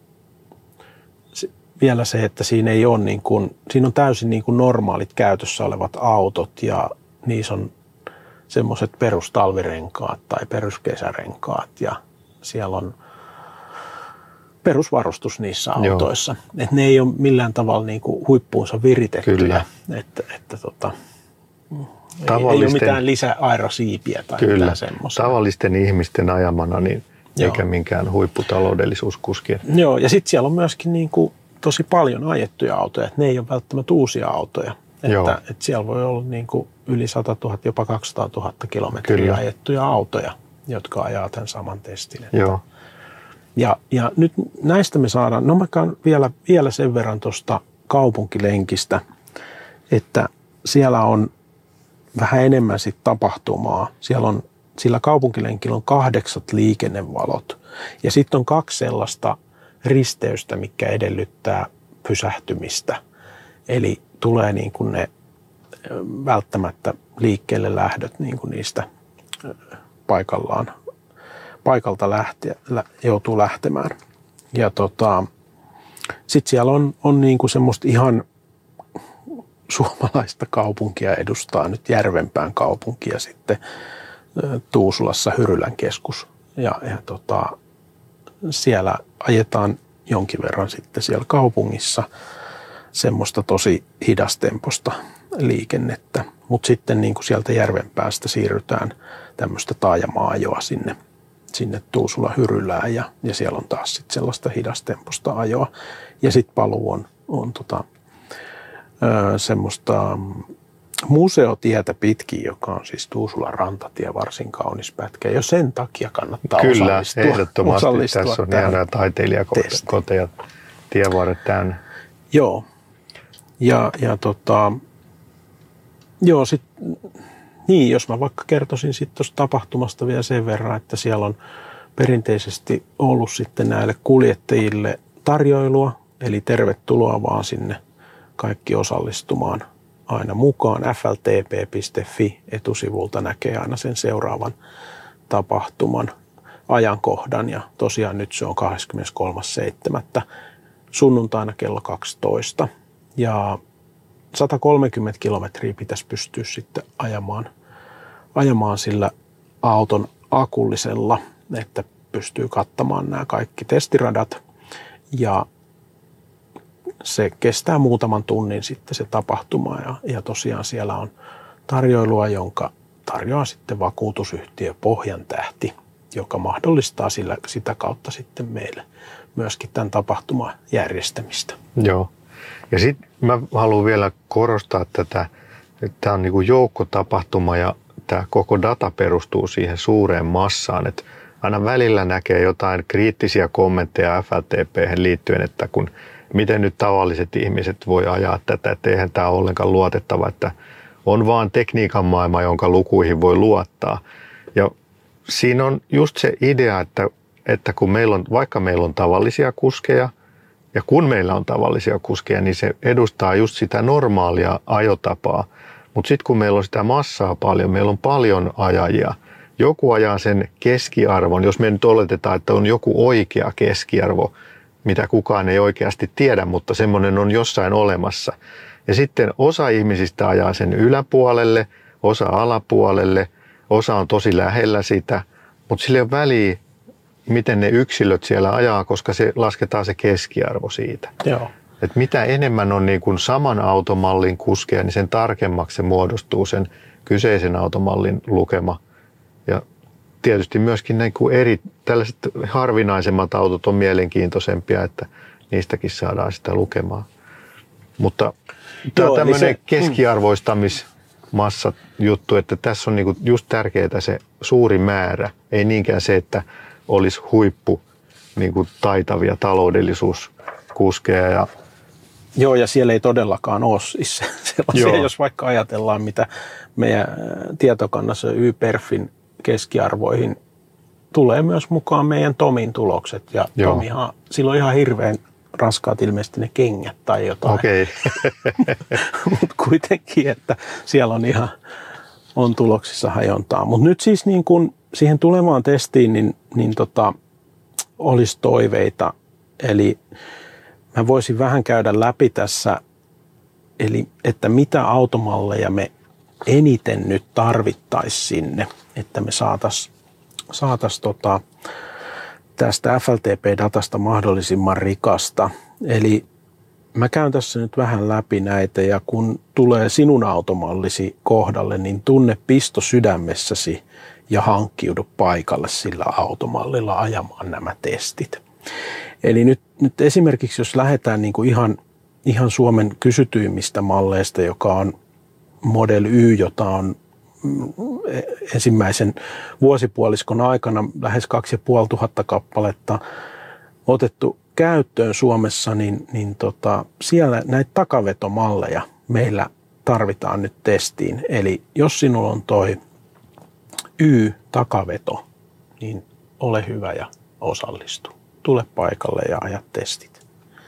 vielä se, että siinä ei ole niin kuin, siinä on täysin niin kuin normaalit käytössä olevat autot ja niissä on semmoiset perustalvirenkaat tai peruskesärenkaat ja siellä on perusvarustus niissä autoissa. Että ne ei ole millään tavalla niin kuin huippuunsa viritettyjä. Kyllä. Että ei ole mitään lisäaerosiipiä tai mitään semmoista. Tavallisten ihmisten ajamana, niin eikä minkään huipputaloudellisuuskuskien. Joo, ja sitten siellä on myöskin niin kuin tosi paljon ajettuja autoja, että ne ei ole välttämättä uusia autoja. Että siellä voi olla niin kuin yli 100 000, jopa 200 000 kilometriä ajettuja autoja, jotka ajaa tämän saman testin. Joo. Ja nyt näistä me saadaan, mä vielä sen verran tuosta kaupunkilenkistä, että siellä on vähän enemmän sit tapahtumaa. Sillä kaupunkilenkillä on 8 liikennevalot ja sitten on 2 sellaista risteystä, mikä edellyttää pysähtymistä. Eli tulee niin kuin ne välttämättä liikkeelle lähdöt niin kuin niistä paikalta joutuu lähtemään. Ja sitten siellä on niin kuin semmoista ihan suomalaista kaupunkia edustaa nyt Järvenpään kaupunkia sitten Tuusulassa Hyrylän keskus. Ja siellä ajetaan jonkin verran sitten siellä kaupungissa semmoista tosi hidastemposta liikennettä. Mutta sitten niin kuin sieltä Järvenpäästä siirrytään tämmöistä taajamaa-ajoa sinne Tuusula-Hyrylään ja siellä on taas sitten sellaista hidastemposta ajoa. Ja sitten paluu on semmoista museotietä pitkin, joka on siis Tuusulan rantatie, varsin kaunis pätkä. Jo sen takia kannattaa osallistua. Kyllä, ehdottomasti. Tässä on ihan taiteilijakoteja, tienvarret täynnä. Joo. Niin, jos mä vaikka kertoisin sitten tuosta tapahtumasta vielä sen verran, että siellä on perinteisesti ollut sitten näille kuljettajille tarjoilua, eli tervetuloa vaan sinne kaikki osallistumaan aina mukaan. fltp.fi etusivulta näkee aina sen seuraavan tapahtuman ajankohdan ja tosiaan nyt se on 23.7. sunnuntaina kello 12. Ja 130 kilometriä pitäisi pystyä sitten ajamaan sillä auton akullisella, että pystyy kattamaan nämä kaikki testiradat ja se kestää muutaman tunnin sitten se tapahtuma ja tosiaan siellä on tarjoilua, jonka tarjoaa sitten vakuutusyhtiö Pohjantähti, joka mahdollistaa sitä kautta sitten meille myöskin tämän tapahtuman järjestämistä. Joo. Ja sitten mä haluan vielä korostaa tätä, että tämä on niin kuin joukkotapahtuma ja tämä koko data perustuu siihen suureen massaan, että aina välillä näkee jotain kriittisiä kommentteja FLTP:hen liittyen, että miten nyt tavalliset ihmiset voi ajaa tätä, että eihän tämä ole ollenkaan luotettava, että on vaan tekniikan maailma, jonka lukuihin voi luottaa. Ja siinä on just se idea, että kun vaikka meillä on tavallisia kuskeja, ja kun meillä on tavallisia kuskeja, niin se edustaa just sitä normaalia ajotapaa. Mutta sitten kun meillä on sitä massaa paljon, meillä on paljon ajajia, joku ajaa sen keskiarvon, jos me nyt oletetaan, että on joku oikea keskiarvo, mitä kukaan ei oikeasti tiedä, mutta semmoinen on jossain olemassa. Ja sitten osa ihmisistä ajaa sen yläpuolelle, osa alapuolelle, osa on tosi lähellä sitä, mutta sillä ei ole väliä, miten ne yksilöt siellä ajaa, koska se lasketaan se keskiarvo siitä. Joo. Et mitä enemmän on niin kuin saman automallin kuskeja, niin sen tarkemmaksi se muodostuu sen kyseisen automallin lukema. Ja tietysti myöskin niin kuin tällaiset harvinaisemmat autot on mielenkiintoisempia, että niistäkin saadaan sitä lukemaa. Mutta tämä on tämmöinen keskiarvoistamismassa juttu, että tässä on niin kuin just tärkeää se suuri määrä, ei niinkään se, että olisi huippu niin kuin taitavia taloudellisuuskuskeja. Joo, ja siellä ei todellakaan ole siis sellaisia, jos vaikka ajatellaan, mitä meidän tietokannassa YPerfin keskiarvoihin tulee myös mukaan meidän Tomin tulokset. Ja Tomihan, sillä on ihan hirveän raskaat ilmeisesti ne kengät tai jotain. Okei. Mutta kuitenkin, että siellä on tuloksissa hajontaa. Mutta nyt siis niin kun siihen tulevaan testiin, niin olisi toiveita. Eli mä voisin vähän käydä läpi tässä, eli että mitä automalleja me eniten nyt tarvittaisiin sinne, että me saataisiin tästä FLTP-datasta mahdollisimman rikasta. Eli mä käyn tässä nyt vähän läpi näitä, ja kun tulee sinun automallisi kohdalle, niin tunne pisto sydämessäsi ja hankkiudu paikalle sillä automallilla ajamaan nämä testit. Eli nyt esimerkiksi, jos lähdetään niin kuin ihan Suomen kysytyimmistä malleista, joka on Model Y, jota on ensimmäisen vuosipuoliskon aikana lähes 2500 kappaletta otettu käyttöön Suomessa, niin siellä näitä takavetomalleja meillä tarvitaan nyt testiin. Eli jos sinulla on toi Y-takaveto, niin ole hyvä ja osallistu. Tule paikalle ja aja testit.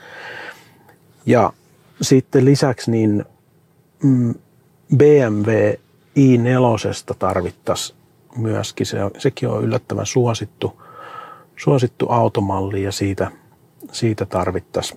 Ja sitten lisäksi niin BMW i4 tarvittaisiin myöskin. Sekin on yllättävän suosittu automalli, ja siitä tarvittaisiin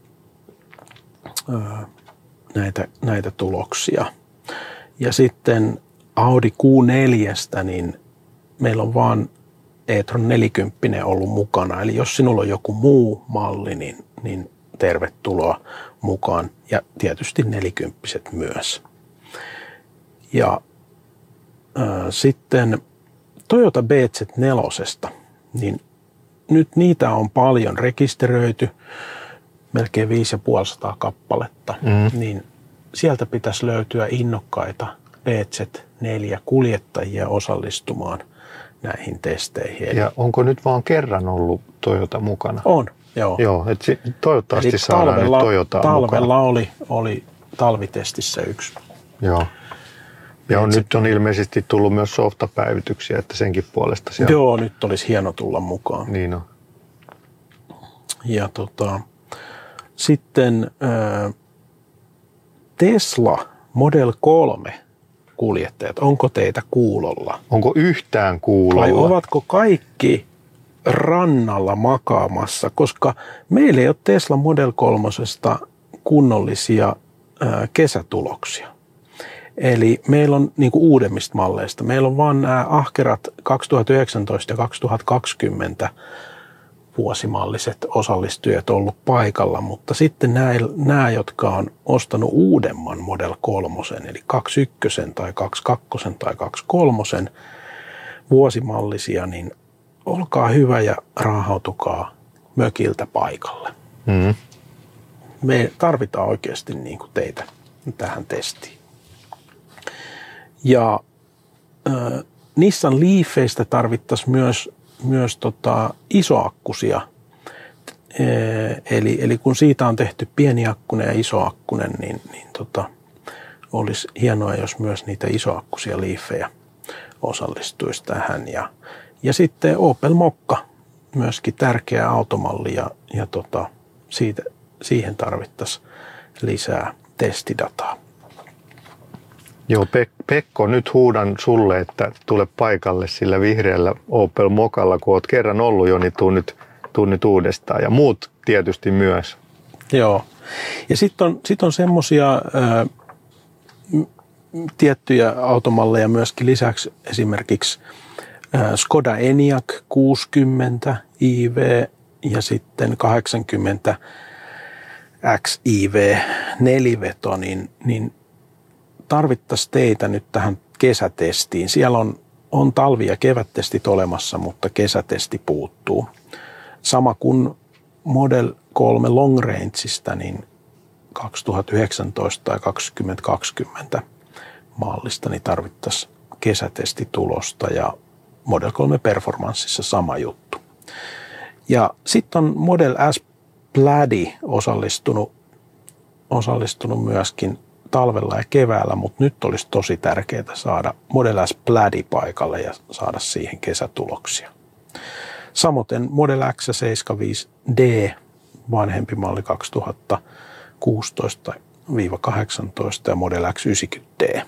näitä tuloksia. Ja sitten Audi Q4, niin meillä on vaan e-tron 40 ollut mukana. Eli jos sinulla on joku muu malli, niin tervetuloa mukaan. Ja tietysti 40 myös. Ja sitten Toyota BZ4, niin nyt niitä on paljon rekisteröity, melkein 550 kappaletta, niin sieltä pitäisi löytyä innokkaita BZ4-kuljettajia osallistumaan näihin testeihin. Ja onko nyt vaan kerran ollut Toyota mukana? On, joo. Joo, että toivottavasti eli saadaan nyt Toyotaa talvella oli talvitestissä yksi. Joo. Ja nyt on ilmeisesti tullut myös softapäivityksiä, että senkin puolesta siellä. Joo, nyt olisi hieno tulla mukaan. Niin on. Ja sitten Tesla Model 3 kuljettajat, onko teitä kuulolla? Onko yhtään kuulolla? Vai ovatko kaikki rannalla makaamassa, koska meillä ei ole Tesla Model 3 kunnollisia kesätuloksia. Eli meillä on niin kuin uudemmista malleista. Meillä on vaan nämä ahkerat 2019 ja 2020 vuosimalliset osallistujat ollut paikalla, mutta sitten nämä, jotka on ostanut uudemman Model 3, eli 21 tai 22 tai 23 vuosimallisia, niin olkaa hyvä ja raahautukaa mökiltä paikalle. Mm. Me tarvitaan oikeasti niin kuin teitä tähän testiin. Ja Nissan Leafeistä tarvittaisiin myös isoakkusia. Eli kun siitä on tehty pieniakkunen ja isoakkunen, niin olisi hienoa, jos myös niitä isoakkusia Leafejä osallistuisi tähän. Ja sitten Opel Mokka, myöskin tärkeä automalli ja siihen tarvittaisiin lisää testidataa. Joo, Pekko, nyt huudan sulle, että tule paikalle sillä vihreällä Opel Mokalla, kun olet kerran ollut jo, niin tuu nyt uudestaan. Ja muut tietysti myös. Joo. Ja sitten on semmoisia tiettyjä automalleja myöskin lisäksi, esimerkiksi Skoda Enyaq 60 IV ja sitten 80 XIV 4-veto, niin tarvittaisiin teitä nyt tähän kesätestiin. Siellä on talvi- ja kevättestit olemassa, mutta kesätesti puuttuu. Sama kuin Model 3 Long Rangeista, niin 2019 tai 2020 mallista niin tarvittaisiin kesätestitulosta ja Model 3 Performanceissa sama juttu. Ja sitten on Model S Plaid osallistunut myöskin talvella ja keväällä, mutta nyt olisi tosi tärkeää saada Model S Plaid paikalle ja saada siihen kesätuloksia. Samoin Model X75D, vanhempi malli 2016-18 ja Model X90D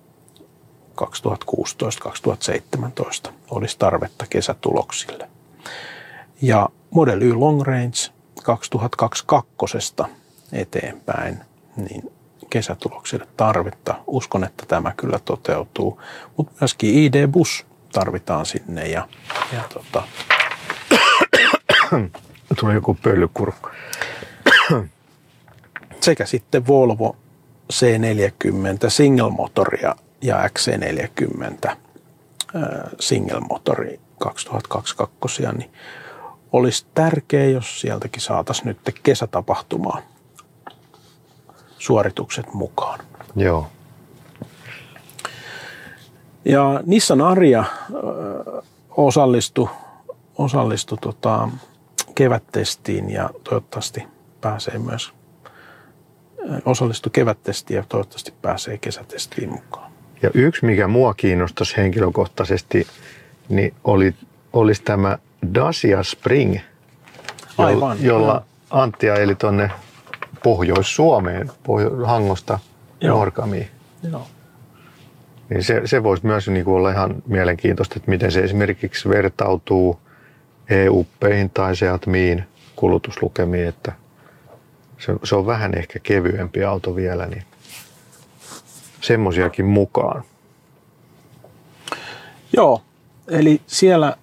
2016-2017 olisi tarvetta kesätuloksille. Ja Model Y Long Range 2022 eteenpäin, niin kesätuloksille tarvetta. Uskon, että tämä kyllä toteutuu, mutta myöskin ID-bus tarvitaan sinne ja Tuli joku pölykurkku. sekä sitten Volvo C40 single motoria ja XC40 single motori 2022, niin olisi tärkeää, jos sieltäkin saataisiin nyt kesätapahtumaan suoritukset mukaan. Joo. Ja Nissan Ariya osallistui kevättestiin ja toivottavasti pääsee myös kevättestiin ja toivottavasti pääsee kesätestiin mukaan. Ja yksi, mikä mua kiinnostaisi henkilökohtaisesti, niin olisi tämä Dacia Spring, jolla Antti ajeli tuonne Pohjois-Suomeen, Hangosta Norkamiin. Joo. Niin se voisi myös niin kuin olla ihan mielenkiintoista, että miten se esimerkiksi vertautuu E-uppeihin tai Seat-miin kulutuslukemiin, että se on vähän ehkä kevyempi auto vielä, niin semmosiakin mukaan. Joo, eli siellä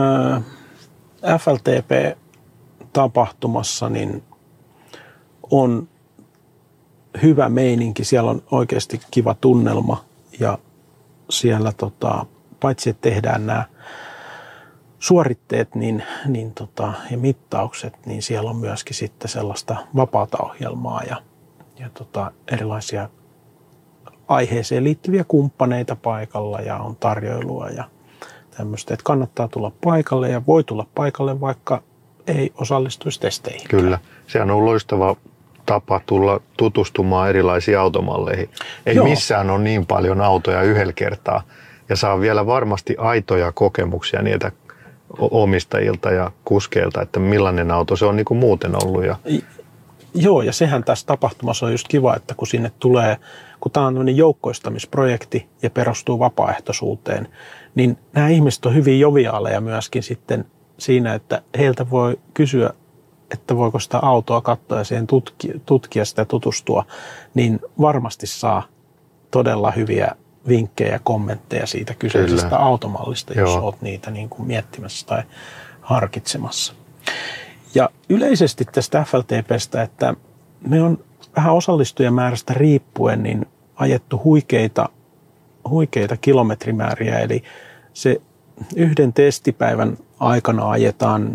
FLTP-tapahtumassa niin on hyvä meininki, siellä on oikeasti kiva tunnelma ja siellä paitsi että tehdään nämä suoritteet ja mittaukset, niin siellä on myöskin sitten sellaista vapaata ohjelmaa ja erilaisia aiheeseen liittyviä kumppaneita paikalla ja on tarjoilua ja tämmöistä, että kannattaa tulla paikalle ja voi tulla paikalle, vaikka ei osallistuisi testeihin. Kyllä, sehän on loistava tapa tulla tutustumaan erilaisiin automalleihin. Ei missään ole niin paljon autoja yhdellä kertaa ja saa vielä varmasti aitoja kokemuksia niitä omistajilta ja kuskeilta, että millainen auto se on niin kuin muuten ollut. Joo, ja sehän tässä tapahtumassa on just kiva, että kun sinne tulee, kun tämä on tämmöinen joukkoistamisprojekti ja perustuu vapaaehtoisuuteen, niin nämä ihmiset on hyvin joviaaleja myöskin sitten siinä, että heiltä voi kysyä, että voiko sitä autoa katsoa ja siihen tutkia sitä tutustua, niin varmasti saa todella hyviä vinkkejä ja kommentteja siitä kyseisestä automallista, jos olet niitä niin kuin miettimässä tai harkitsemassa. Ja yleisesti tästä FLTPstä, että me on vähän osallistujamäärästä riippuen niin ajettu huikeita kilometrimääriä, eli se yhden testipäivän aikana ajetaan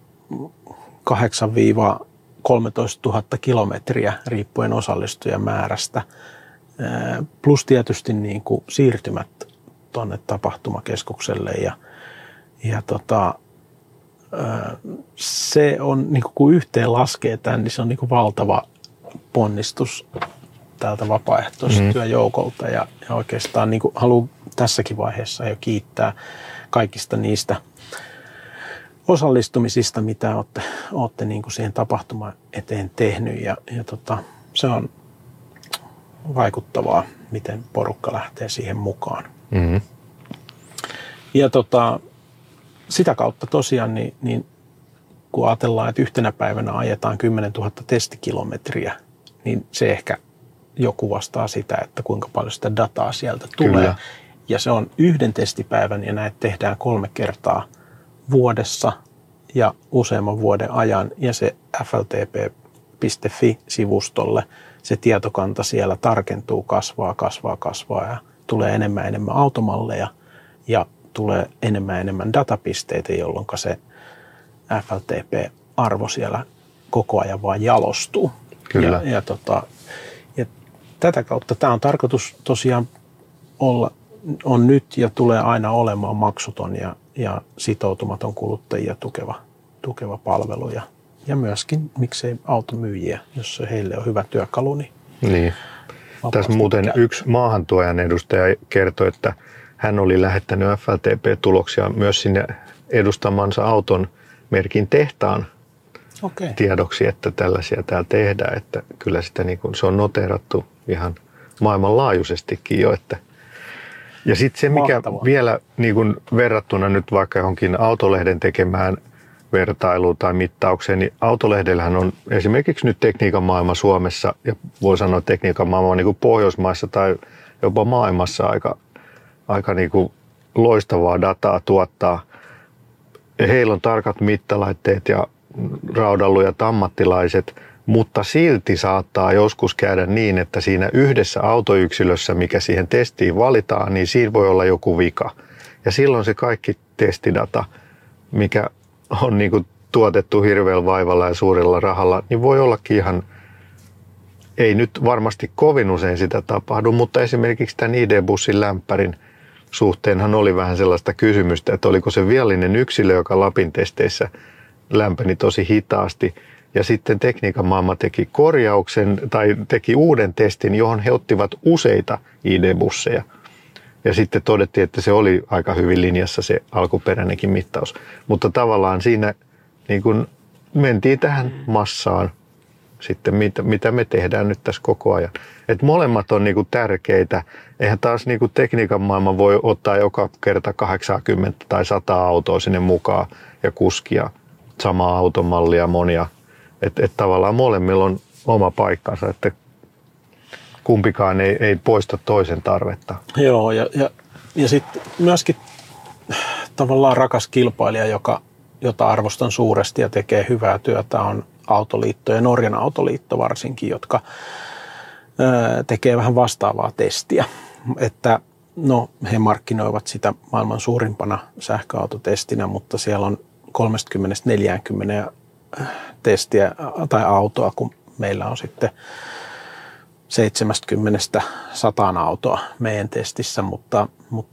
8 13 000 kilometriä riippuen osallistujamäärästä, plus tietysti niin kuin siirtymät tuonne tapahtumakeskukselle se on, niin kun yhteen laskee tämän, niin se on niin kuin valtava ponnistus tältä vapaaehtoistyöjoukolta ja oikeastaan niin kuin haluan tässäkin vaiheessa jo kiittää kaikista niistä osallistumisista, mitä olette niin kuin siihen tapahtumaan eteen tehnyt ja se on vaikuttavaa, miten porukka lähtee siihen mukaan. Mm-hmm. Ja sitä kautta tosiaan, niin kun ajatellaan, että yhtenä päivänä ajetaan 10 000 testikilometriä, niin se ehkä jo kuvastaa sitä, että kuinka paljon sitä dataa sieltä tulee. Kyllä. Ja se on yhden testipäivän ja näitä tehdään 3 kertaa vuodessa ja useamman vuoden ajan. Ja se fltp.fi-sivustolle se tietokanta siellä tarkentuu, kasvaa ja tulee enemmän automalleja ja tulee enemmän datapisteitä, jolloin se FLTP-arvo siellä koko ajan vaan jalostuu. Kyllä. Ja tätä kautta tämä on tarkoitus tosiaan on nyt ja tulee aina olemaan maksuton ja sitoutumaton kuluttajia tukeva palvelu. Ja myöskin miksei automyyjiä, jos heille on hyvä työkalu. Niin. Tässä muuten yksi maahantuojan edustaja kertoi, että hän oli lähettänyt FLTP-tuloksia myös sinne edustamansa auton merkin tehtaan tiedoksi, että tällaisia täällä tehdään. Että kyllä sitä niin kuin, se on noteerattu ihan maailmanlaajuisestikin jo. Ja sitten se, mikä vielä niin kuin verrattuna nyt vaikka johonkin Autolehden tekemään vertailuun tai mittaukseen, niin Autolehdellähän on esimerkiksi nyt tekniikan maailma Suomessa ja voi sanoa tekniikan maailma niin kuin Pohjoismaissa tai jopa maailmassa aika niin kuin loistavaa dataa tuottaa. Ja heillä on tarkat mittalaitteet ja raudallujat ammattilaiset, mutta silti saattaa joskus käydä niin, että siinä yhdessä autoyksilössä, mikä siihen testiin valitaan, niin siinä voi olla joku vika. Ja silloin se kaikki testidata, mikä on niin kuin tuotettu hirveällä vaivalla ja suurella rahalla, niin voi ollakin ihan, ei nyt varmasti kovin usein sitä tapahdu, mutta esimerkiksi tämän ID-bussin lämpärin suhteenhan oli vähän sellaista kysymystä, että oliko se viallinen yksilö, joka Lapin testeissä lämpeni tosi hitaasti. Ja sitten tekniikan maailma teki korjauksen tai teki uuden testin, johon he ottivat useita ID-busseja. Ja sitten todettiin, että se oli aika hyvin linjassa se alkuperäinenkin mittaus. Mutta tavallaan siinä niin kun mentiin tähän massaan sitten, mitä me tehdään nyt tässä koko ajan. Et molemmat on niin kun tärkeitä. Eihän taas niin kun tekniikan maailma voi ottaa joka kerta 80 tai 100 autoa sinne mukaan ja kuskia samaa automallia monia. Että tavallaan molemmilla on oma paikkansa, että kumpikaan ei poista toisen tarvetta. Joo, ja sitten myöskin tavallaan rakas kilpailija, jota arvostan suuresti ja tekee hyvää työtä, on Autoliitto ja Norjan Autoliitto varsinkin, jotka tekee vähän vastaavaa testiä. Että he markkinoivat sitä maailman suurimpana sähköautotestinä, mutta siellä on 30-40 testiä tai autoa, kun meillä on sitten 70-100 autoa meidän testissä, mutta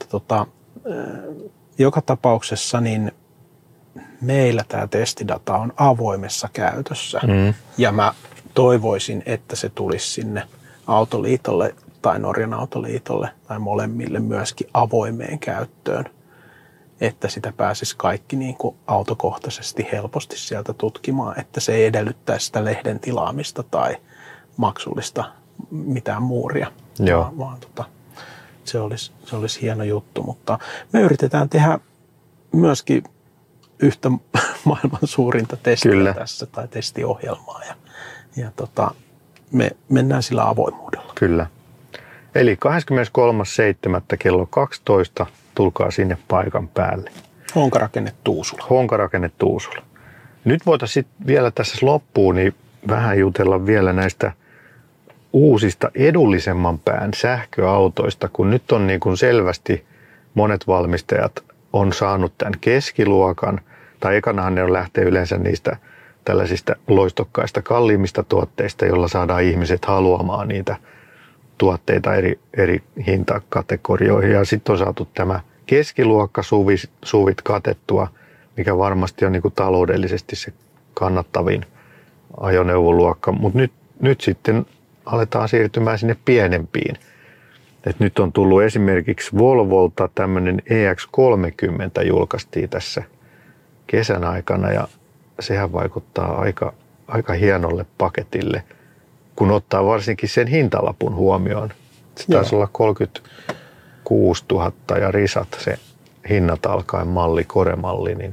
joka tapauksessa niin meillä tämä testidata on avoimessa käytössä ja mä toivoisin, että se tulisi sinne Autoliitolle tai Norjan Autoliitolle tai molemmille myöskin avoimeen käyttöön. että sitä pääsisi kaikki niin kuin autokohtaisesti helposti sieltä tutkimaan, että se ei edellyttäisi sitä lehden tilaamista tai maksullista mitään muuria. Joo. Vaan se olisi hieno juttu, mutta me yritetään tehdä myöskin yhtä maailman suurinta testiä Kyllä. tässä tai testiohjelmaa ja me mennään sillä avoimuudella. Kyllä. Eli 23.7. kello 12 tulkaa sinne paikan päälle. Honkarakenne Tuusula. Honkarakenne Tuusula. Nyt voitaisiin vielä tässä loppuun niin vähän jutella vielä näistä uusista edullisemman pään sähköautoista, kun nyt on niin kuin selvästi monet valmistajat on saanut tämän keskiluokan, tai ekanahan ne on lähtee yleensä niistä tällaisista loistokkaista kalliimmista tuotteista, joilla saadaan ihmiset haluamaan niitä tuotteita eri hintakategorioihin. Ja sitten on saatu tämä keskiluokka SUVit katettua, mikä varmasti on niin kuin taloudellisesti se kannattavin ajoneuvoluokka. Mutta nyt sitten aletaan siirtymään sinne pienempiin. Et nyt on tullut esimerkiksi Volvolta tämmöinen EX30 julkaistiin tässä kesän aikana ja sehän vaikuttaa aika hienolle paketille, kun ottaa varsinkin sen hintalapun huomioon. Se taisi olla 36 000 ja risat se hinnat alkaen malli, koremalli. Niin.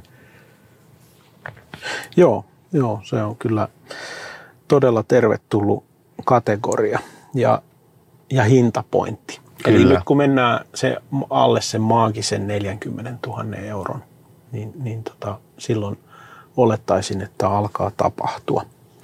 Joo, se on kyllä todella tervetullut kategoria ja hintapointti. Kyllä. Eli nyt kun mennään alle sen maagisen 40 000 euron, niin silloin olettaisin, että alkaa tapahtua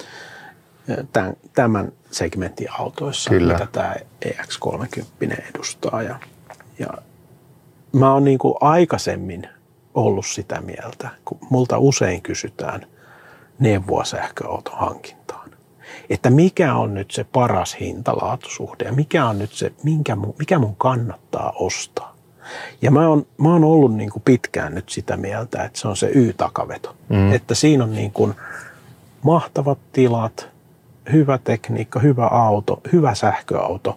tämän segmentin autoissa, Kyllä. mitä tämä EX30 edustaa. Ja mä oon niin kuin aikaisemmin ollut sitä mieltä, kun multa usein kysytään neuvoa sähköauton hankintaan, että mikä on nyt se paras hintalaatusuhde ja mikä on nyt se, mikä mun kannattaa ostaa. Ja mä oon ollut niin kuin pitkään nyt sitä mieltä, että se on se Y-takaveto. Että siinä on niin kuin mahtavat tilat, hyvä tekniikka, hyvä auto, hyvä sähköauto.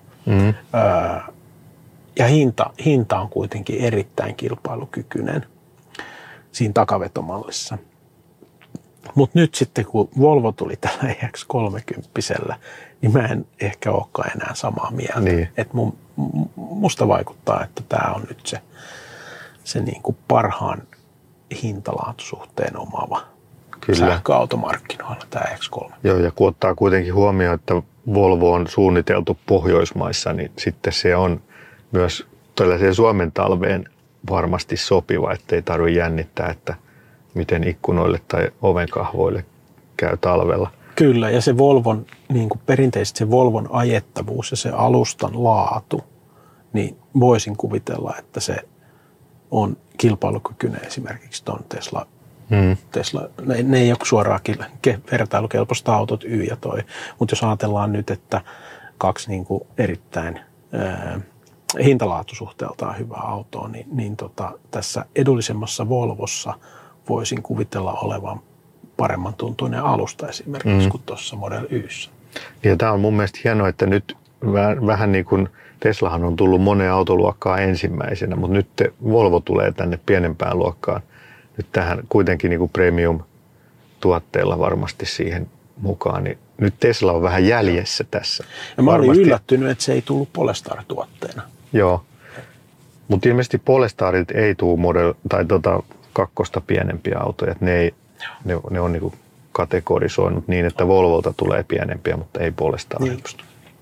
Ja hinta on kuitenkin erittäin kilpailukykyinen siinä takavetomallissa. Mutta nyt sitten kun Volvo tuli tällä EX30, niin mä en ehkä olekaan enää samaa mieltä. Niin. Et musta vaikuttaa, että tämä on nyt se niin kuin parhaan hintalaatusuhteen omaava sähköautomarkkinoilla, tämä X3. Joo, ja kun ottaa kuitenkin huomioon, että Volvo on suunniteltu Pohjoismaissa, niin sitten se on myös tällaiseen Suomen talveen varmasti sopiva, ettei tarvitse jännittää, että miten ikkunoille tai ovenkahvoille käy talvella. Kyllä, ja se Volvon, niin kuin perinteisesti se Volvon ajettavuus ja se alustan laatu, niin voisin kuvitella, että se on kilpailukykyinen esimerkiksi tuon Tesla. Ne ei ole suoraan vertailukelpoista autot Y ja toi, mutta jos ajatellaan nyt, että kaksi niin kuin erittäin hintalaatusuhteeltaan hyvää autoa, niin tässä edullisemmassa Volvossa voisin kuvitella olevan paremman tuntuinen alusta esimerkiksi kuin tuossa Model Yssä. Ja tämä on mun mielestä hienoa, että nyt vähän niin kuin Teslahan on tullut moneen autoluokkaan ensimmäisenä, mutta nyt Volvo tulee tänne pienempään luokkaan. Nyt tähän kuitenkin niin kuin premium-tuotteilla varmasti siihen mukaan, niin nyt Tesla on vähän jäljessä tässä. Ja mä olin yllättynyt, että se ei tullut Polestar-tuotteena. Joo, mutta ilmeisesti Polestarit ei tule kakkosta pienempiä autoja, että ne on niinku kategorisoinut niin, että Volvolta tulee pienempiä, mutta ei Polestarilta.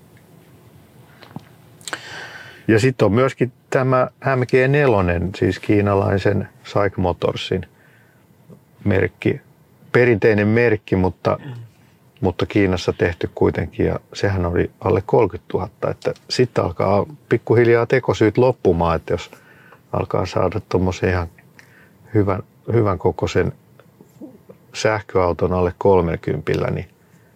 Ja sitten on myöskin tämä MG4, siis kiinalaisen SAIC Motorsin merkki, perinteinen merkki, mutta Kiinassa tehty kuitenkin, ja sehän oli alle 30 000, että sitten alkaa pikkuhiljaa tekosyyt loppumaan, että jos alkaa saada tuommoisen ihan hyvän kokoisen sähköauton alle 30, niin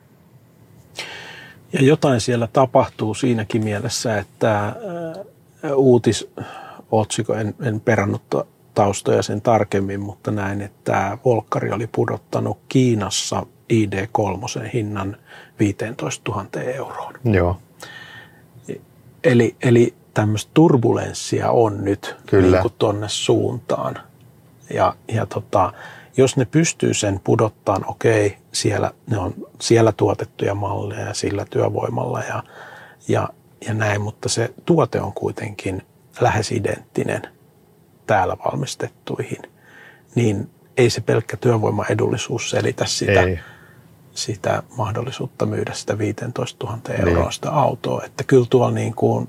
ja jotain siellä tapahtuu siinäkin mielessä, että uutisotsikko, en perannut taustoja sen tarkemmin, mutta näin, että Volkkari oli pudottanut Kiinassa ID3 hinnan 15 000 euroon. Joo. Eli tämmöistä turbulenssia on nyt niin kuin tonne suuntaan. Jos ne pystyy sen pudottaan, okei, ne on siellä tuotettuja malleja ja sillä työvoimalla ja näin, mutta se tuote on kuitenkin lähes identtinen täällä valmistettuihin, niin ei se pelkkä työvoimaedullisuus selitä sitä mahdollisuutta myydä sitä 15 000 euroa sitä autoa. Että kyllä tuolla niin kuin,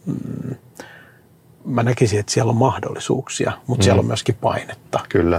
mä näkisin, että siellä on mahdollisuuksia, mutta siellä on myöskin painetta. Kyllä.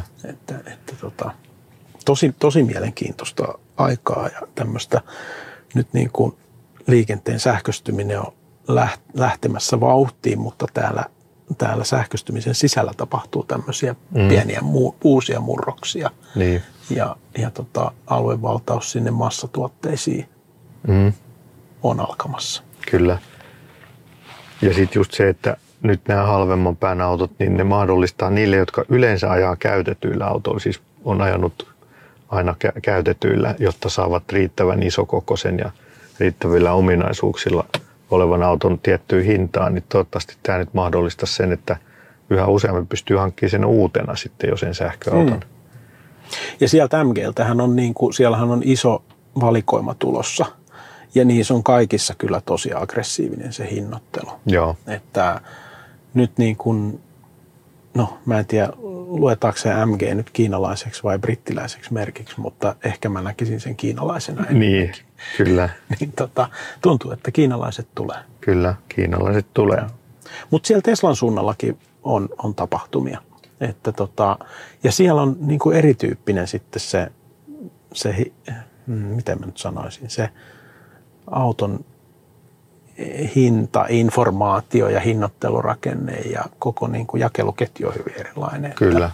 Tosi mielenkiintoista aikaa ja tämmöistä nyt niin kuin liikenteen sähköstyminen on lähtemässä vauhtiin, mutta täällä sähköstymisen sisällä tapahtuu tämmöisiä pieniä uusia murroksia. Niin. Ja aluevaltaus sinne massatuotteisiin on alkamassa. Kyllä. Ja sitten just se, että nyt nämä halvemman pään autot, niin ne mahdollistaa niille, jotka yleensä ajaa käytetyillä autoilla, siis on ajanut aina käytetyillä, jotta saavat riittävän isokokoisen ja riittävillä ominaisuuksilla olevan auton tiettyyn hintaan, niin toivottavasti tämä nyt mahdollistaa sen, että yhä useammin pystyy hankkimaan sen uutena sitten jo sen sähköauton. Ja sieltä MG:ltähän on siellähän on iso valikoima tulossa ja niissä on kaikissa kyllä tosi aggressiivinen se hinnoittelu. Joo. Että nyt mä en tiedä luetaanko se MG nyt kiinalaiseksi vai brittiläiseksi merkiksi, mutta ehkä mä näkisin sen kiinalaisena. Niin, kyllä. Niin tuntuu, että kiinalaiset tulee. Kyllä, kiinalaiset tulee. Mutta siellä Teslan suunnallakin on tapahtumia. Että ja siellä on niin kuin erityyppinen sitten se miten mä nyt sanoisin, se auton hinta, informaatio ja hinnoittelurakenne ja koko niin kuin jakeluketju on hyvin erilainen. Kyllä.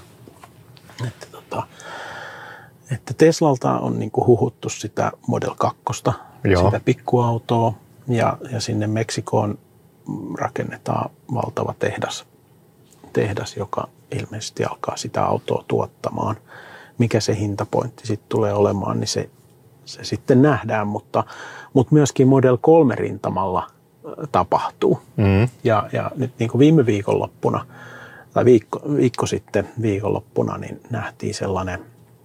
Että Teslalta on niin kuin huhuttu sitä Model 2, sitä pikkuautoa ja sinne Meksikoon rakennetaan valtava tehdas, joka ilmeisesti alkaa sitä autoa tuottamaan. Mikä se hintapointti sitten tulee olemaan, niin se sitten nähdään, mutta myöskin Model 3 rintamalla tapahtuu. Ja nyt niin kuin viime viikonloppuna, tai viikko sitten viikonloppuna, niin nähtiin sellainen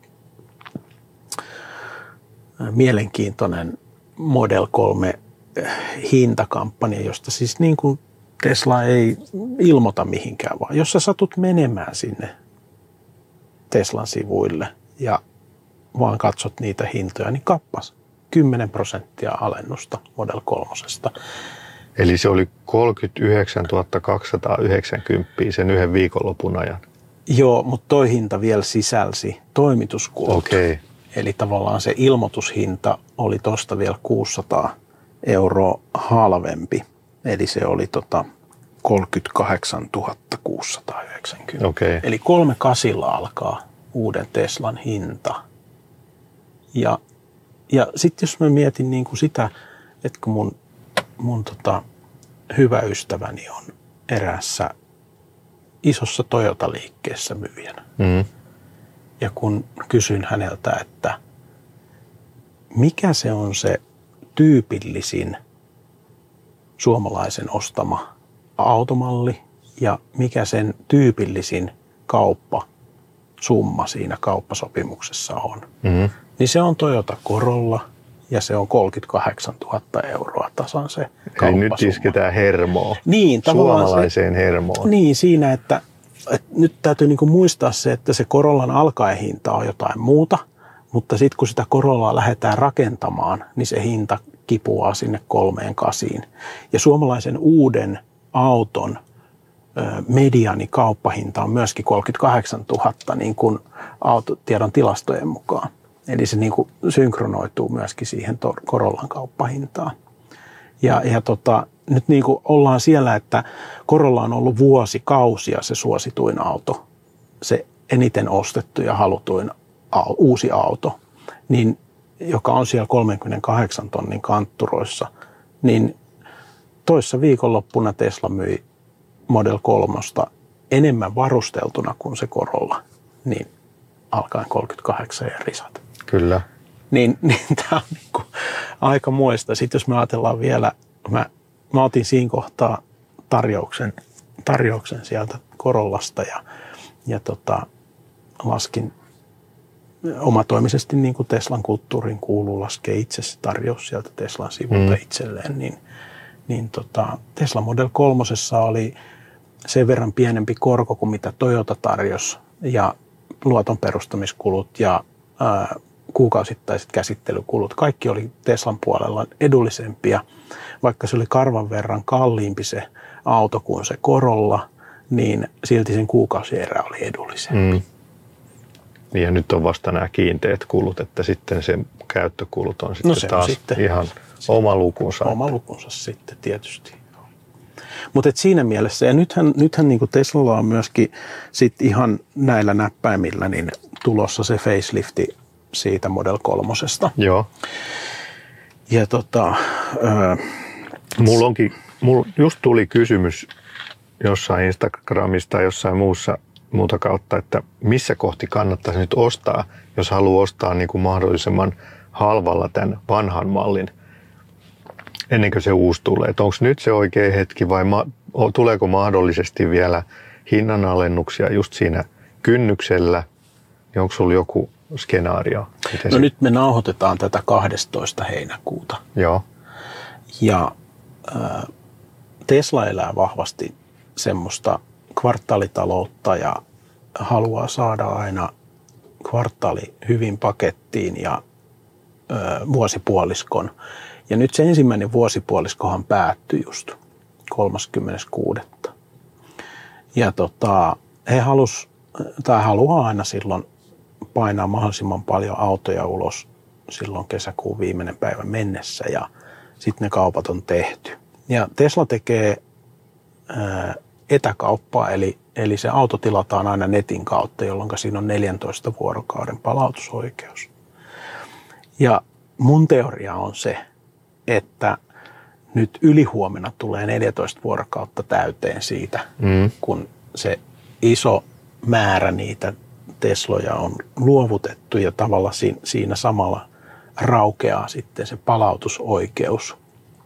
mielenkiintoinen Model 3 hintakampanja, josta siis niin kuin Tesla ei ilmoita mihinkään, vaan jos sä satut menemään sinne Teslan sivuille ja vaan katsot niitä hintoja, niin kappas 10% alennusta Model 3. Eli se oli 39 290 sen yhden viikonlopun ajan. Joo, mutta toi hinta vielä sisälsi toimituskulut. Okei. Eli tavallaan se ilmoitushinta oli tosta vielä 600 € halvempi. Eli se oli 38 690. Okei. Eli 3.8 alkaa uuden Teslan hinta. Ja sitten jos mä mietin niin kuin sitä, että kun mun hyvä ystäväni on eräässä isossa Toyota-liikkeessä myyjänä. Ja kun kysyin häneltä, että mikä se on se tyypillisin suomalaisen ostama automalli ja mikä sen tyypillisin kauppasumma siinä kauppasopimuksessa on, niin se on Toyota Corolla ja se on 38 000 € tasan se kauppasumma. Eli nyt isketään hermoa, niin, suomalaiseen hermoon. Niin, siinä, että nyt täytyy niinku muistaa se, että se Corollan alkajahinta on jotain muuta, mutta sitten kun sitä Corollaa lähdetään rakentamaan, niin se hinta kipuaa sinne 3.8. Ja suomalaisen uuden auton mediaani kauppahinta on myöskin 38 000 niin kuin autotiedon tilastojen mukaan. Eli se niin kuin synkronoituu myöskin siihen Corollan kauppahintaan. Ja nyt niin kuin ollaan siellä, että Corolla on ollut vuosikausia se suosituin auto, se eniten ostettu ja halutuin uusi auto, niin, joka on siellä 38 tonnin kantturoissa, niin toissa viikonloppuna Tesla myi Model 3 enemmän varusteltuna kuin se Corolla, niin alkaen 38 ja risat. Kyllä. Niin tämä on niinku aika muista. Sitten jos me ajatellaan vielä, mä otin siinä kohtaa tarjouksen sieltä Corollasta ja laskin omatoimisesti, niin kuin Teslan kulttuuriin kuuluu, laskee itse se tarjous sieltä Teslan sivulta itselleen, niin Tesla Model 3 oli sen verran pienempi korko kuin mitä Toyota tarjosi, ja luoton perustamiskulut ja kuukausittaiset käsittelykulut, kaikki oli Teslan puolella edullisempia, vaikka se oli karvan verran kalliimpi se auto kuin se Corolla, niin silti sen kuukausierä oli edullisempi. Ja nyt on vasta nämä kiinteät kulut, että sitten sen käyttökulut on sitten taas sitten ihan oma lukunsa. Oma lukunsa sitten tietysti. Mutta siinä mielessä, ja nythän niin kuin Teslalla on myöskin sit ihan näillä näppäimillä niin tulossa se facelifti siitä Model 3:sta. Joo. Ja mulla just tuli kysymys jossain Instagramista tai jossain muuta kautta, että missä kohti kannattaisi nyt ostaa, jos haluaa ostaa niin kuin mahdollisimman halvalla tämän vanhan mallin ennen kuin se uusi tulee. Onko nyt se oikea hetki vai tuleeko mahdollisesti vielä hinnanalennuksia just siinä kynnyksellä? Ja onko sulla joku skenaario? Nyt me nauhoitetaan tätä 12. heinäkuuta. Joo. Ja Tesla elää vahvasti semmoista kvartaalitaloutta ja haluaa saada aina kvartaali hyvin pakettiin ja vuosipuoliskon. Ja nyt se ensimmäinen vuosipuoliskohan päättyi just 36. Ja he haluaa aina silloin painaa mahdollisimman paljon autoja ulos silloin kesäkuun viimeinen päivä mennessä ja sitten ne kaupat on tehty. Ja Tesla tekee etäkauppaa, eli se auto tilataan aina netin kautta, jolloin siinä on 14 vuorokauden palautusoikeus. Ja mun teoria on se, että nyt ylihuomenna tulee 14 vuorokautta täyteen siitä, kun se iso määrä niitä Tesloja on luovutettu ja tavallaan siinä samalla raukeaa sitten se palautusoikeus,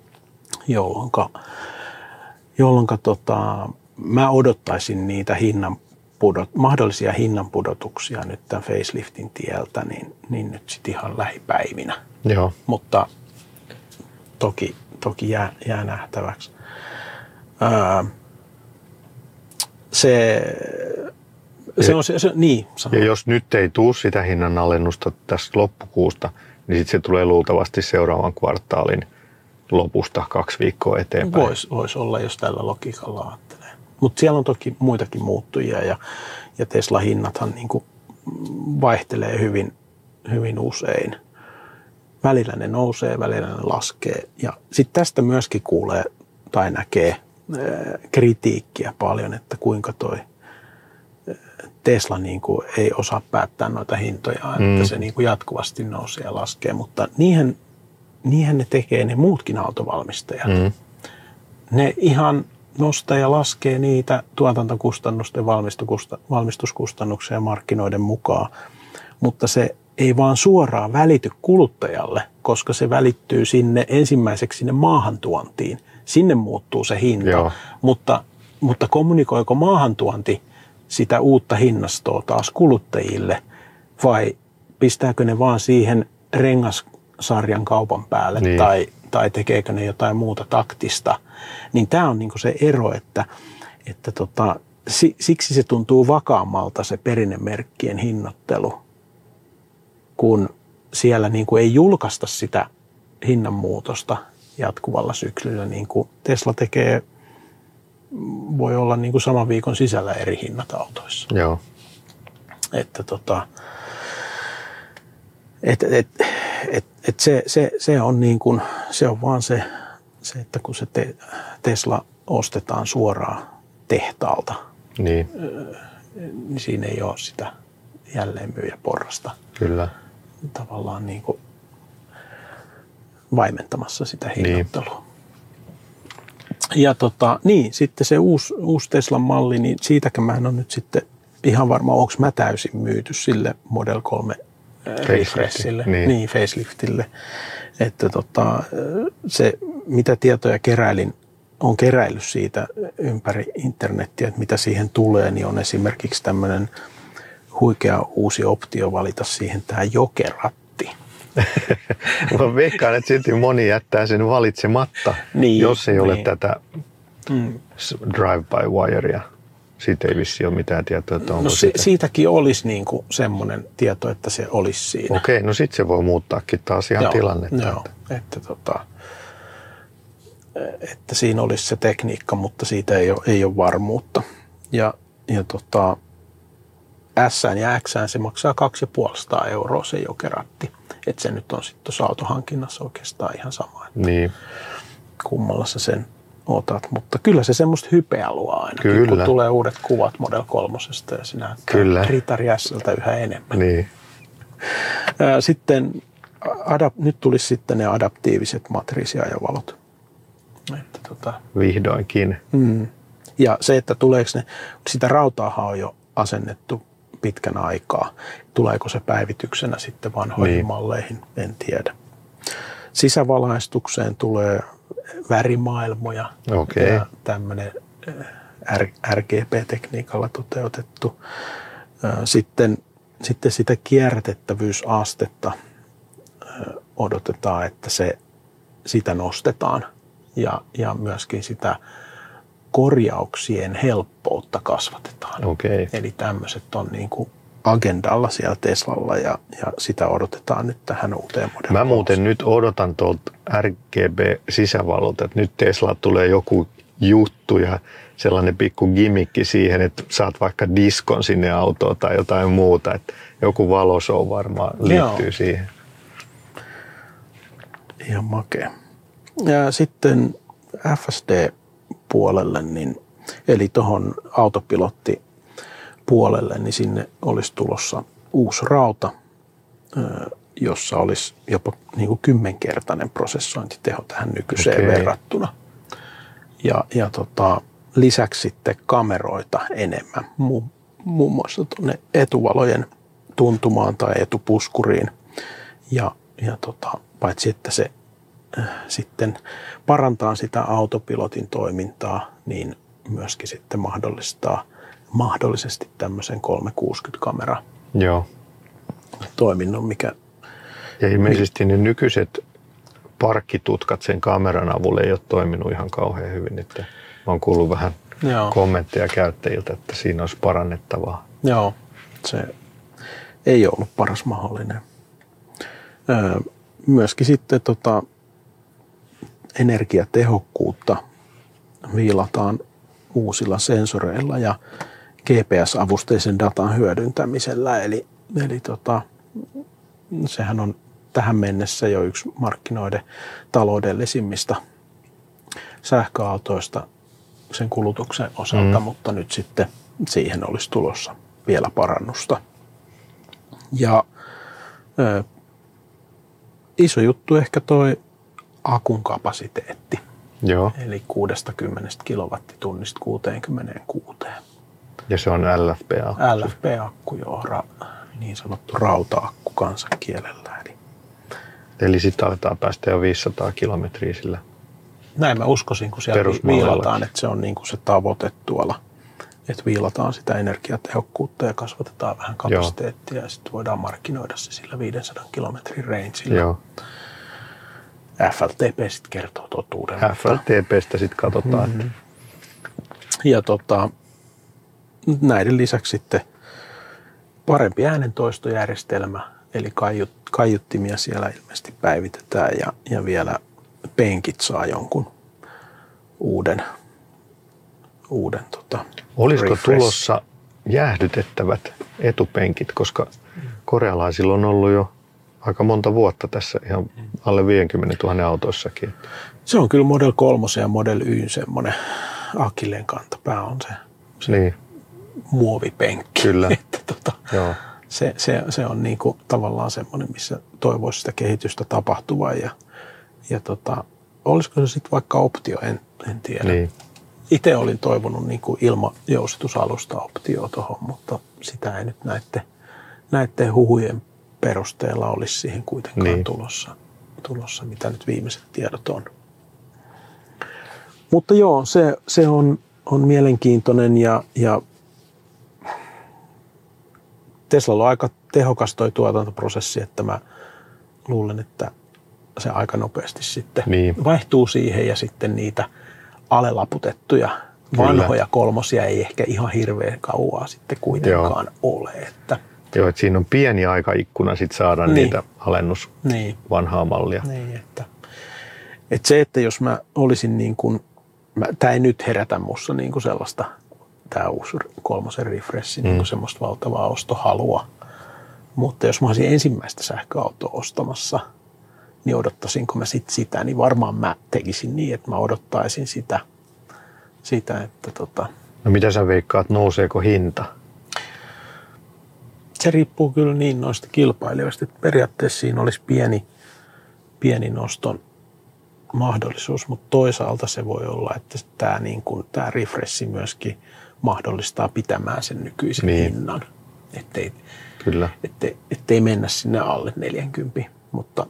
jolloinka mä odottaisin niitä mahdollisia hinnanpudotuksia nyt tämän faceliftin tieltä, niin nyt sitten ihan lähipäivinä. Joo. Mutta toki jää nähtäväksi. Niin. Ja jos nyt ei tule sitä hinnanalennusta tästä loppukuusta, niin sitten se tulee luultavasti seuraavan kvartaalin lopusta 2 viikkoa eteenpäin. Voisi olla, jos tällä logiikalla ajattelee. Mutta siellä on toki muitakin muuttujia ja Tesla-hinnathan niinku vaihtelee hyvin, hyvin usein. Välillä ne nousee, välillä ne laskee. Ja sitten tästä myöskin kuulee tai näkee kritiikkiä paljon, että kuinka toi Tesla niinku ei osaa päättää noita hintoja, että se niinku jatkuvasti nousee ja laskee. Mutta niinhän ne tekee ne muutkin autovalmistajat. Ne ihan nostaa ja laskee niitä tuotantokustannusten valmistuskustannuksia markkinoiden mukaan, mutta se ei vaan suoraan välity kuluttajalle, koska se välittyy ensimmäiseksi sinne maahantuontiin. Sinne muuttuu se hinta, mutta kommunikoiko maahantuonti sitä uutta hinnastoa taas kuluttajille vai pistääkö ne vaan siihen rengassarjan kaupan päälle tai tekeekö ne jotain muuta taktista. Niin tämä on niinku se ero, että siksi se tuntuu vakaammalta se perinnemerkkien hinnoittelu, kun siellä niinku ei julkaista sitä hinnanmuutosta jatkuvalla syksyllä, niin kuin Tesla tekee, voi olla niinku saman viikon sisällä eri hinnat autoissa. Joo. Että se on niin kuin, se on vaan se että kun se Tesla ostetaan suoraan tehtaalta, niin siinä ei ole sitä jälleenmyyjäporrasta. Kyllä. Tavallaan niin kuin vaimentamassa sitä hinnoittelua. Niin. Ja sitten se uusi Teslan malli, niin siitäkään mä en ole nyt sitten ihan varma, onko mä täysin myyty sille Model 3 refreshille, faceliftille. Että se, mitä tietoja on keräillyt siitä ympäri internettiä, että mitä siihen tulee, niin on esimerkiksi tämmöinen huikea uusi optio valita siihen tämä jokeratti. Mä veikkaan, että silti moni jättää sen valitsematta, Niin, jos ei ole niin. tätä drive-by-wirea. Siitä ei vissiin ole mitään tietoa, että onko siitäkin olisi niinku semmoinen tieto, että se olisi siinä. Okei, no sitten se voi muuttaakin taas ihan tilannetta. Joo, että siinä olisi se tekniikka, mutta siitä ei ole varmuutta. Ja S:ään ja X:ään se maksaa 250 € se jokeratti. Että se nyt on sitten tuossa autohankinnassa oikeastaan ihan sama, että Niin. kummalla sä sen otat. Mutta kyllä se semmoista hypeä luo ainakin, Kyllä. kun tulee uudet kuvat Model 3 ja se näyttää Ritari S:ltä yhä enemmän. Niin. Sitten nyt tulisi sitten ne adaptiiviset matriisiajovalot. Vihdoinkin. Ja se, että tuleeko ne, sitä rautaahan on jo asennettu pitkän aikaa. Tuleeko se päivityksenä sitten vanhoihin malleihin, en tiedä. Sisävalaistukseen tulee värimaailmoja ja tämmöinen RGB-tekniikalla toteutettu. Sitten sitä kierrätettävyysastetta odotetaan, että sitä nostetaan ja myöskin sitä korjauksien helppoutta kasvatetaan. Okei. Eli tämmöiset on niin kuin agendalla siellä Teslalla ja sitä odotetaan nyt tähän uuteen Model 3. Mä muuten nyt odotan tuolta RGB-sisävalolta, että nyt Tesla tulee joku juttu ja sellainen pikku gimmikki siihen, että saat vaikka diskon sinne autoon tai jotain muuta. Että joku valoshow varmaan liittyy siihen. Ihan makea. Ja sitten FSD-puolelle, eli tuohon autopilottipuolelle, niin sinne olisi tulossa uusi rauta, jossa olisi jopa niin kuin 10-kertainen prosessointiteho tähän nykyiseen verrattuna. Ja lisäksi sitten kameroita enemmän, muun muassa tuonne etuvalojen tuntumaan tai etupuskuriin. Ja paitsi että se sitten parantaa sitä autopilotin toimintaa, niin myöskin sitten mahdollistaa mahdollisesti tämmöisen 360-kamera toiminnon, mikä... Ja ilmeisesti ne nykyiset parkkitutkat sen kameran avulla ei ole toiminut ihan kauhean hyvin. Että mä oon kuullut vähän kommentteja käyttäjiltä, että siinä olisi parannettavaa. Joo, se ei ollut paras mahdollinen. Myöskin sitten energiatehokkuutta viilataan uusilla sensoreilla ja GPS-avusteisen datan hyödyntämisellä. Eli sehän on tähän mennessä jo yksi markkinoiden taloudellisimmista sähköautoista sen kulutuksen osalta, mutta nyt sitten siihen olisi tulossa vielä parannusta. Ja iso juttu ehkä toi akun kapasiteetti. Joo. Eli 60 kilowattitunnista 66. Ja se on LFP-akku. LFP-akku, joo, niin sanottu rauta-akku kansankielellä. Eli sitten aletaan päästä jo 500 kilometriä sillä. Näin mä uskoisin, kun siellä viilataan, että se on niin kuin se tavoite tuolla. Että viilataan sitä energiatehokkuutta ja kasvatetaan vähän kapasiteettia ja sitten voidaan markkinoida se sillä 500 kilometrin rangeilla. Joo. FLTP sitten kertoo totuuden. FLTPstä sitten katsotaan. Ja näiden lisäksi sitten parempi äänentoistojärjestelmä, eli kaiuttimia siellä ilmeisesti päivitetään ja vielä penkit saa jonkun uuden Olisiko refresh. tulossa jäähdytettävät etupenkit, koska korealaisilla on ollut jo aika monta vuotta tässä ihan alle 50 000 autoissakin. Se on kyllä Model 3 ja Model Y semmoinen akilleen kantapää on se muovipenkki. Kyllä. Että se on niinku tavallaan semmoinen, missä toivoisi sitä kehitystä tapahtuvan ja olisiko se sitten vaikka optio, en tiedä. Niin. Itse olin toivonut niinku ilmajoustusalusta optioa tuohon, mutta sitä ei nyt näiden huhujen perusteella olisi siihen kuitenkaan tulossa, mitä nyt viimeiset tiedot on. Mutta joo, se on mielenkiintoinen ja Teslalla on aika tehokas toi tuotantoprosessi, että mä luulen, että se aika nopeasti sitten vaihtuu siihen ja sitten niitä alelaputettuja vanhoja kolmosia ei ehkä ihan hirveän kauaa sitten kuitenkaan ole. Että joo, että siinä on pieni aikaikkuna sitten saada niitä alennus vanhaa mallia. Niin, että se, että jos mä olisin niin kuin, tämä ei nyt herätä musta niin kuin sellaista, tämä uusi 3 refresh, niin kuin semmoista valtavaa ostohalua. Mutta jos mä olisin ensimmäistä sähköautoa ostamassa, niin odottaisinko mä sitten sitä, niin varmaan mä tekisin niin, että mä odottaisin sitä että No mitä sä veikkaat, nouseeko hinta? Se riippuu kyllä niin noista kilpailijoista, että periaatteessa siinä olisi pieni noston mahdollisuus, mutta toisaalta se voi olla, että tämä refreshi myöskin mahdollistaa pitämään sen nykyisen hinnan, ettei mennä sinne alle 40, mutta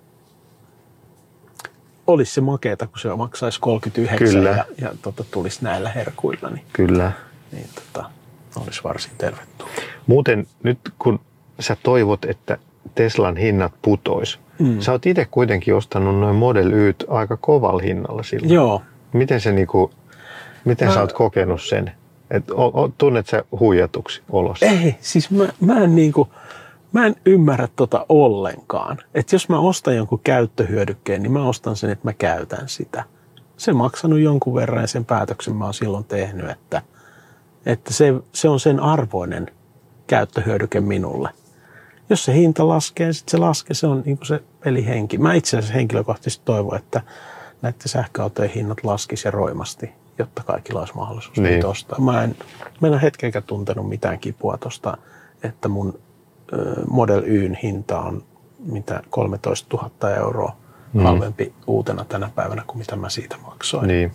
olisi se makeeta, kun se maksaisi 39 ja tulisi näillä herkuilla, niin, niin olisi varsin tervetullut. Muuten nyt kun sä toivot, että Teslan hinnat putois, sä oot itse kuitenkin ostanut noin Model Yt aika kovalla hinnalla silloin. Joo. Miten sä oot kokenut sen? Tunnet sä huijatuksi olossa? Ei, siis mä en ymmärrä ollenkaan. Että jos mä ostan jonkun käyttöhyödykkeen, niin mä ostan sen, että mä käytän sitä. Se on maksanut jonkun verran ja sen päätöksen mä oon silloin tehnyt, että se on sen arvoinen käyttöhyödyke minulle. Jos se hinta laskee, sitten se laskee, se on niin kuin se pelihenki. Mä itse asiassa henkilökohtaisesti toivon, että näiden sähköautojen hinnat laskisi roimasti, jotta kaikilla olisi mahdollisuus niitä ostaa. Mä en ole hetkeäkään tuntenut mitään kipua tuosta, että mun Model Yn hinta on 13 000 euroa halvempi uutena tänä päivänä kuin mitä mä siitä maksoin. Niin.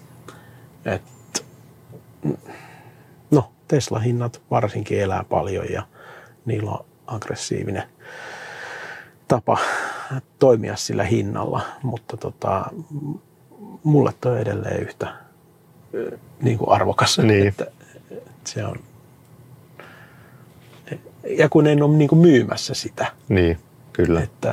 Tesla-hinnat varsinkin elää paljon ja niillä on aggressiivinen tapa toimia sillä hinnalla, mutta mulle toi on edelleen yhtä niin kuin arvokas, että se on. Ja kun en ole niin kuin myymässä sitä. Niin, kyllä. Että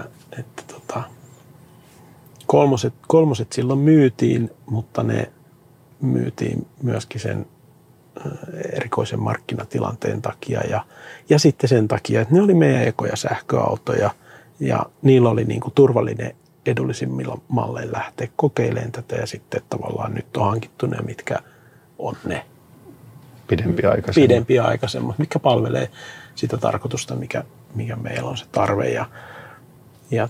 kolmoset silloin myytiin, mutta ne myytiin myöskin sen erikoisen markkinatilanteen takia ja sitten sen takia, että ne oli meidän ekoja sähköautoja ja niillä oli niin kuin turvallinen edullisimmilla malleilla lähteä kokeilemaan tätä ja sitten tavallaan nyt on hankittu ne, mitkä on ne pidempiaikaisemmat, mitkä palvelee sitä tarkoitusta, mikä meillä on se tarve ja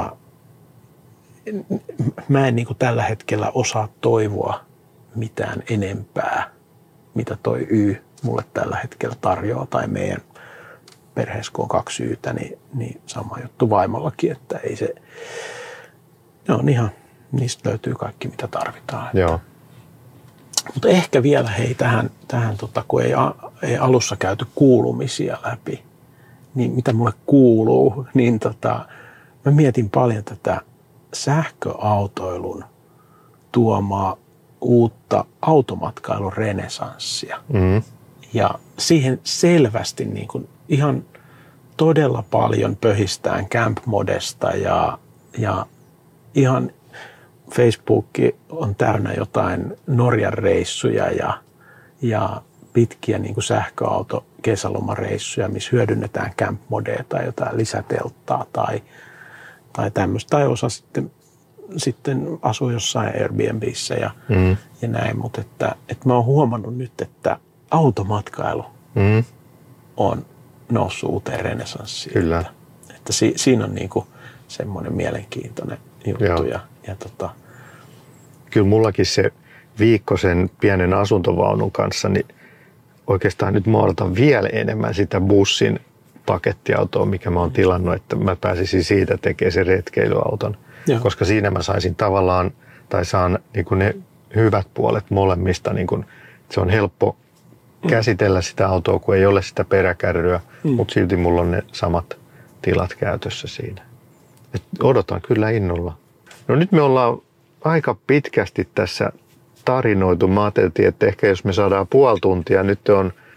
mä en niin kuin tällä hetkellä osaa toivoa mitään enempää, mitä toi Y mulle tällä hetkellä tarjoaa, tai meidän perheessä, kun on 2 Ytä, niin sama juttu vaimollakin, että ei se, ne on ihan, niistä löytyy kaikki, mitä tarvitaan. Joo. Mutta ehkä vielä tähän kun ei alussa käyty kuulumisia läpi, niin mitä mulle kuuluu, niin mä mietin paljon tätä sähköautoilun tuomaa uutta automatkailun renesanssia. Ja siihen selvästi niin kuin ihan todella paljon pöhistään Camp-modesta ja ihan Facebook on täynnä jotain Norjan reissuja ja pitkiä niin kuin sähköauto kesälomareissuja, missä hyödynnetään Camp-modea tai jotain lisätelttaa tai tämmöistä. Tai osa sitten asuu jossain Airbnbissä ja näin, mutta että mä oon huomannut nyt, että automatkailu on noussut uuteen renesanssiin. Kyllä. Että siinä on niinku semmoinen mielenkiintoinen juttu. Ja Kyllä mullakin se viikko sen pienen asuntovaunun kanssa, niin oikeastaan nyt mä odotan vielä enemmän sitä bussin pakettiautoa, mikä mä oon tilannut, että mä pääsisin siitä tekemään sen retkeilyauton. Joo. Koska siinä mä saisin tavallaan, tai saan niin kuin ne hyvät puolet molemmista. Niin kuin, se on helppo käsitellä sitä autoa, kun ei ole sitä peräkärryä, mutta silti mulla on ne samat tilat käytössä siinä. Et odotan kyllä innolla. No nyt me ollaan aika pitkästi tässä tarinoitu. Mä ajattelin, että ehkä jos me saadaan puoli tuntia, nyt on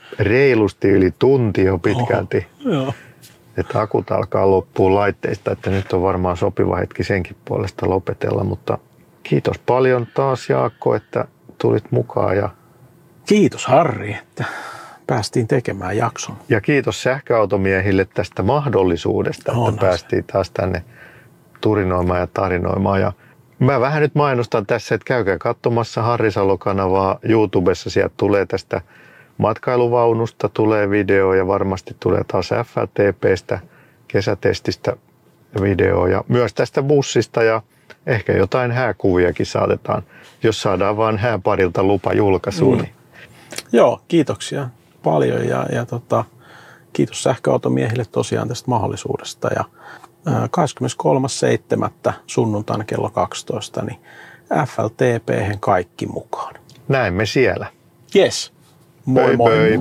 reilusti yli tunti jo pitkälti. Joo. Että akut alkaa loppua laitteista, että nyt on varmaan sopiva hetki senkin puolesta lopetella, mutta kiitos paljon taas Jaakko, että tulit mukaan. Ja Kiitos Harri, että päästiin tekemään jakson. Ja kiitos sähköautomiehille tästä mahdollisuudesta, että päästiin taas tänne turinoimaan ja tarinoimaan. Ja mä vähän nyt mainostan tässä, että käykää katsomassa Harri Salo-kanavaa YouTubessa. Sieltä tulee tästä matkailuvaunusta, tulee video ja varmasti tulee taas FLTPstä, kesätestistä video ja myös tästä bussista ja ehkä jotain hääkuviakin saatetaan, jos saadaan vaan hääparilta lupa julkaisuun. Niin. Joo, kiitoksia paljon ja kiitos sähköautomiehille tosiaan tästä mahdollisuudesta. Ja 23.7. sunnuntaina kello 12, niin FLTP:hen kaikki mukaan. Näemme siellä. Yes. Moi moi. Pöi.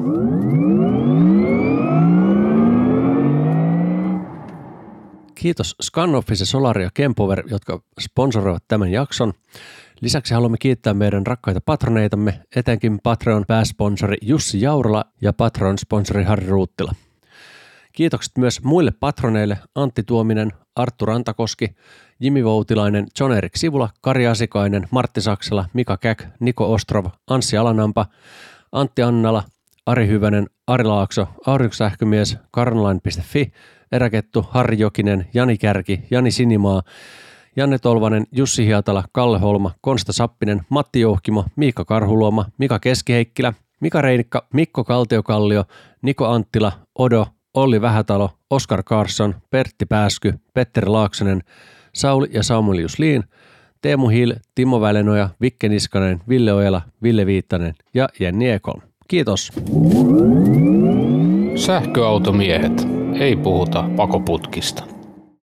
Kiitos Scannoffice, Solari ja Kempover, jotka sponsoroivat tämän jakson. Lisäksi haluamme kiittää meidän rakkaita patroneitamme, etenkin Patreon pääsponsori Jussi Jaurala ja Patreon-sponsori Harri Ruuttila. Kiitokset myös muille patroneille Antti Tuominen, Arttu Rantakoski, Jimi Voutilainen, John-Erik Sivula, Kari Asikainen, Martti Saksala, Mika Käk, Niko Ostrov, Anssi Alanampa, Antti Annala, Ari Hyvänen, Ari Laakso, Aurinkosähkömies, Karnalain.fi, Eräkettu, Harri Jokinen, Jani Kärki, Jani Sinimaa, Janne Tolvanen, Jussi Hiatala, Kalle Holma, Konsta Sappinen, Matti Jouhkimo, Miikka Karhuluoma, Mika Keskiheikkilä, Mika Reinikka, Mikko Kaltiokallio, Niko Anttila, Odo, Olli Vähätalo, Oskar Karsson, Pertti Pääsky, Petteri Laaksonen, Sauli ja Samuel Jusliin, Teemu Hill, Timo Välenoja, Vikke Niskanen, Ville Ojala, Ville Viittanen ja Jenni Ekholm. Kiitos. Sähköautomiehet. Ei puhuta pakoputkista.